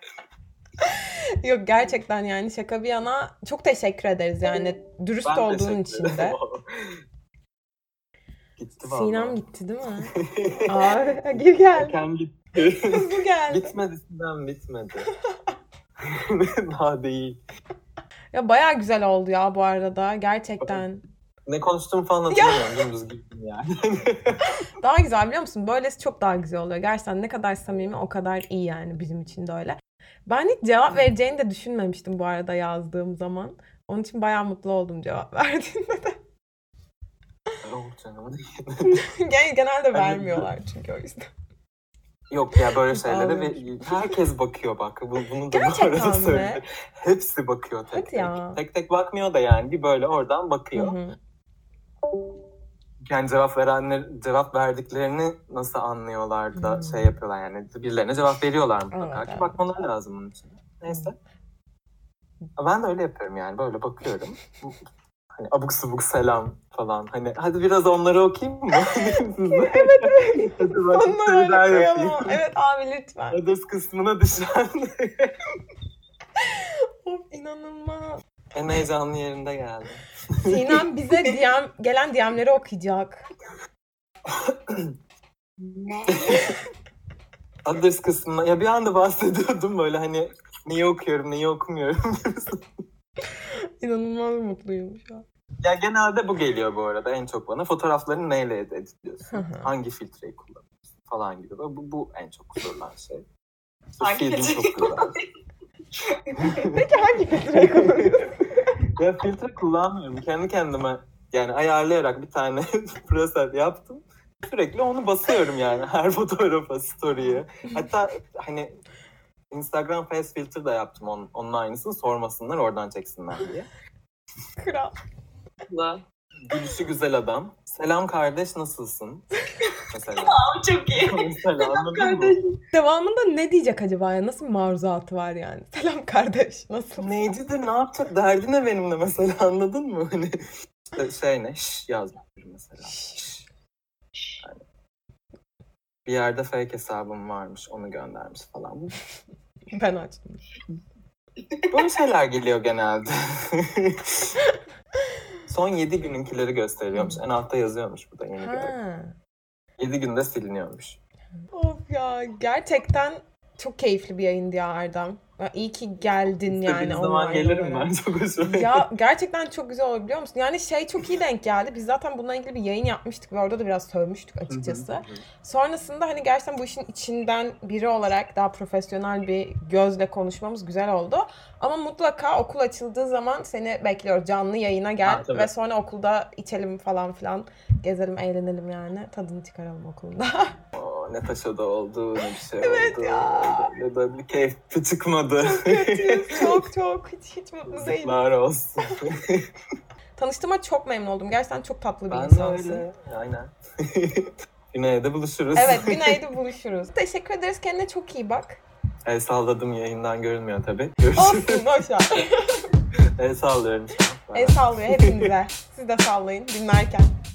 Yok gerçekten yani şaka bir yana çok teşekkür ederiz yani dürüst Ben olduğun teşekkür için de. ederim. Gitti vallahi. Sinem gitti değil mi? Aa, gir geldi. Erken gitti. Hızlı geldi. Bitmedi Sinem bitmedi. Daha değil. Ya bayağı güzel oldu ya bu arada gerçekten. Ne konuştuğumu falan hatırlamıyorum. Dümdüz gittim yani. Daha güzel biliyor musun? Böylesi çok daha güzel oluyor. Gerçekten ne kadar samimi o kadar iyi yani bizim için de öyle. Ben hiç cevap vereceğini de düşünmemiştim bu arada yazdığım zaman. Onun için bayağı mutlu oldum cevap verdiğinde de. Yok canım. Genelde vermiyorlar çünkü o yüzden. Yok ya böyle şeylere ve herkes bakıyor bak. Bunu da gerçekten bu arada mi? söyleyeyim. Hepsi bakıyor tek Hadi tek. ya. Tek tek bakmıyor da yani bir böyle oradan bakıyor. Hı hı. Yani cevap verenler cevap verdiklerini nasıl anlıyorlar da Hmm. şey yapıyorlar yani birilerine cevap veriyorlar mutlaka Evet, ki evet. bakmaları lazım bunun için. Neyse. Ben de öyle yapıyorum yani böyle bakıyorum. Hani abuk subuk selam falan. Hani hadi biraz onları okuyayım mı? Evet evet. Hadi ben bir şey daha yapayım. Evet abi lütfen. Others kısmına düşen. Of inanılmaz. En heyecanlı yerinde geldi. Sinem bize D M, gelen D M'leri okuyacak. Ne? Others kısmına ya bir anda bahsediyordum böyle hani neyi okuyorum neyi okumuyorum. İnanılmaz mutluyum şu an. Ya genelde bu geliyor bu arada en çok bana. Fotoğraflarını neyle editliyorsun? Hangi filtreyi kullanıyorsun? Falan gibi. Bu, bu en çok sorulan şey. Hangi filtreyi çok güzel. Peki hangi filtreyi kullanıyorsun? Ya filtre kullanmıyorum. Kendi kendime yani ayarlayarak bir tane preset yaptım. Sürekli onu basıyorum yani her fotoğrafa, story'ye. Hatta hani Instagram face filter da yaptım onun, onun aynısını, sormasınlar oradan çeksinler diye. Kral. Gülüşü güzel adam. Selam kardeş nasılsın? Mesela. Çok iyi. Mesela anladın Kardeşim. mı? Devamında ne diyecek acaba ya? Nasıl bir maruzatı var yani? Selam kardeş. Nasıl? Neycidir, ne yapacak? Derdi ne benimle mesela, anladın mı? Hani işte şey ne? Şş yazmış mesela. Şş. Yani bir yerde fake hesabım varmış, onu göndermiş falan. Ben açtım. Böyle şeyler geliyor genelde. Son yedi gününkileri gösteriyormuş. En altta yazıyormuş bu da yeni gördüm. Ha. yedi günde siliniyormuş. Of ya, gerçekten çok keyifli bir yayındı ya Erdem. Ya iyi ki geldin yani. İstediğin zaman online gelirim olarak. ben, çok hoşuma. Ya gerçekten çok güzel olur biliyor musun? Yani şey çok iyi denk geldi. Biz zaten bununla ilgili bir yayın yapmıştık ve orada da biraz sövmüştük açıkçası. Sonrasında hani gerçekten bu işin içinden biri olarak daha profesyonel bir gözle konuşmamız güzel oldu. Ama mutlaka okul açıldığı zaman seni bekliyoruz. Canlı yayına gel Ha, tabii. ve sonra okulda içelim falan filan. Gezelim, eğlenelim yani. Tadını çıkaralım okulda. Oo, ne taşa da oldu, ne bir şey Evet oldu. ya. Ya da bir keyfi çıkmadı. Çok kötüyüz. Çok çok. Hiç, hiç mutlu değilim. Yazıklar olsun. Tanıştığıma çok memnun oldum. Gerçekten çok tatlı bir Ben de insansın. öyle. Aynen. Güney'de buluşuruz. Evet, Güney'de buluşuruz. Teşekkür ederiz. Kendine çok iyi bak. El salladım, yayından görünmüyor tabii. Görüşürüz. Olsun, boşver. El sallıyorum. El sallıyor hepinize. Siz de sallayın dinlerken.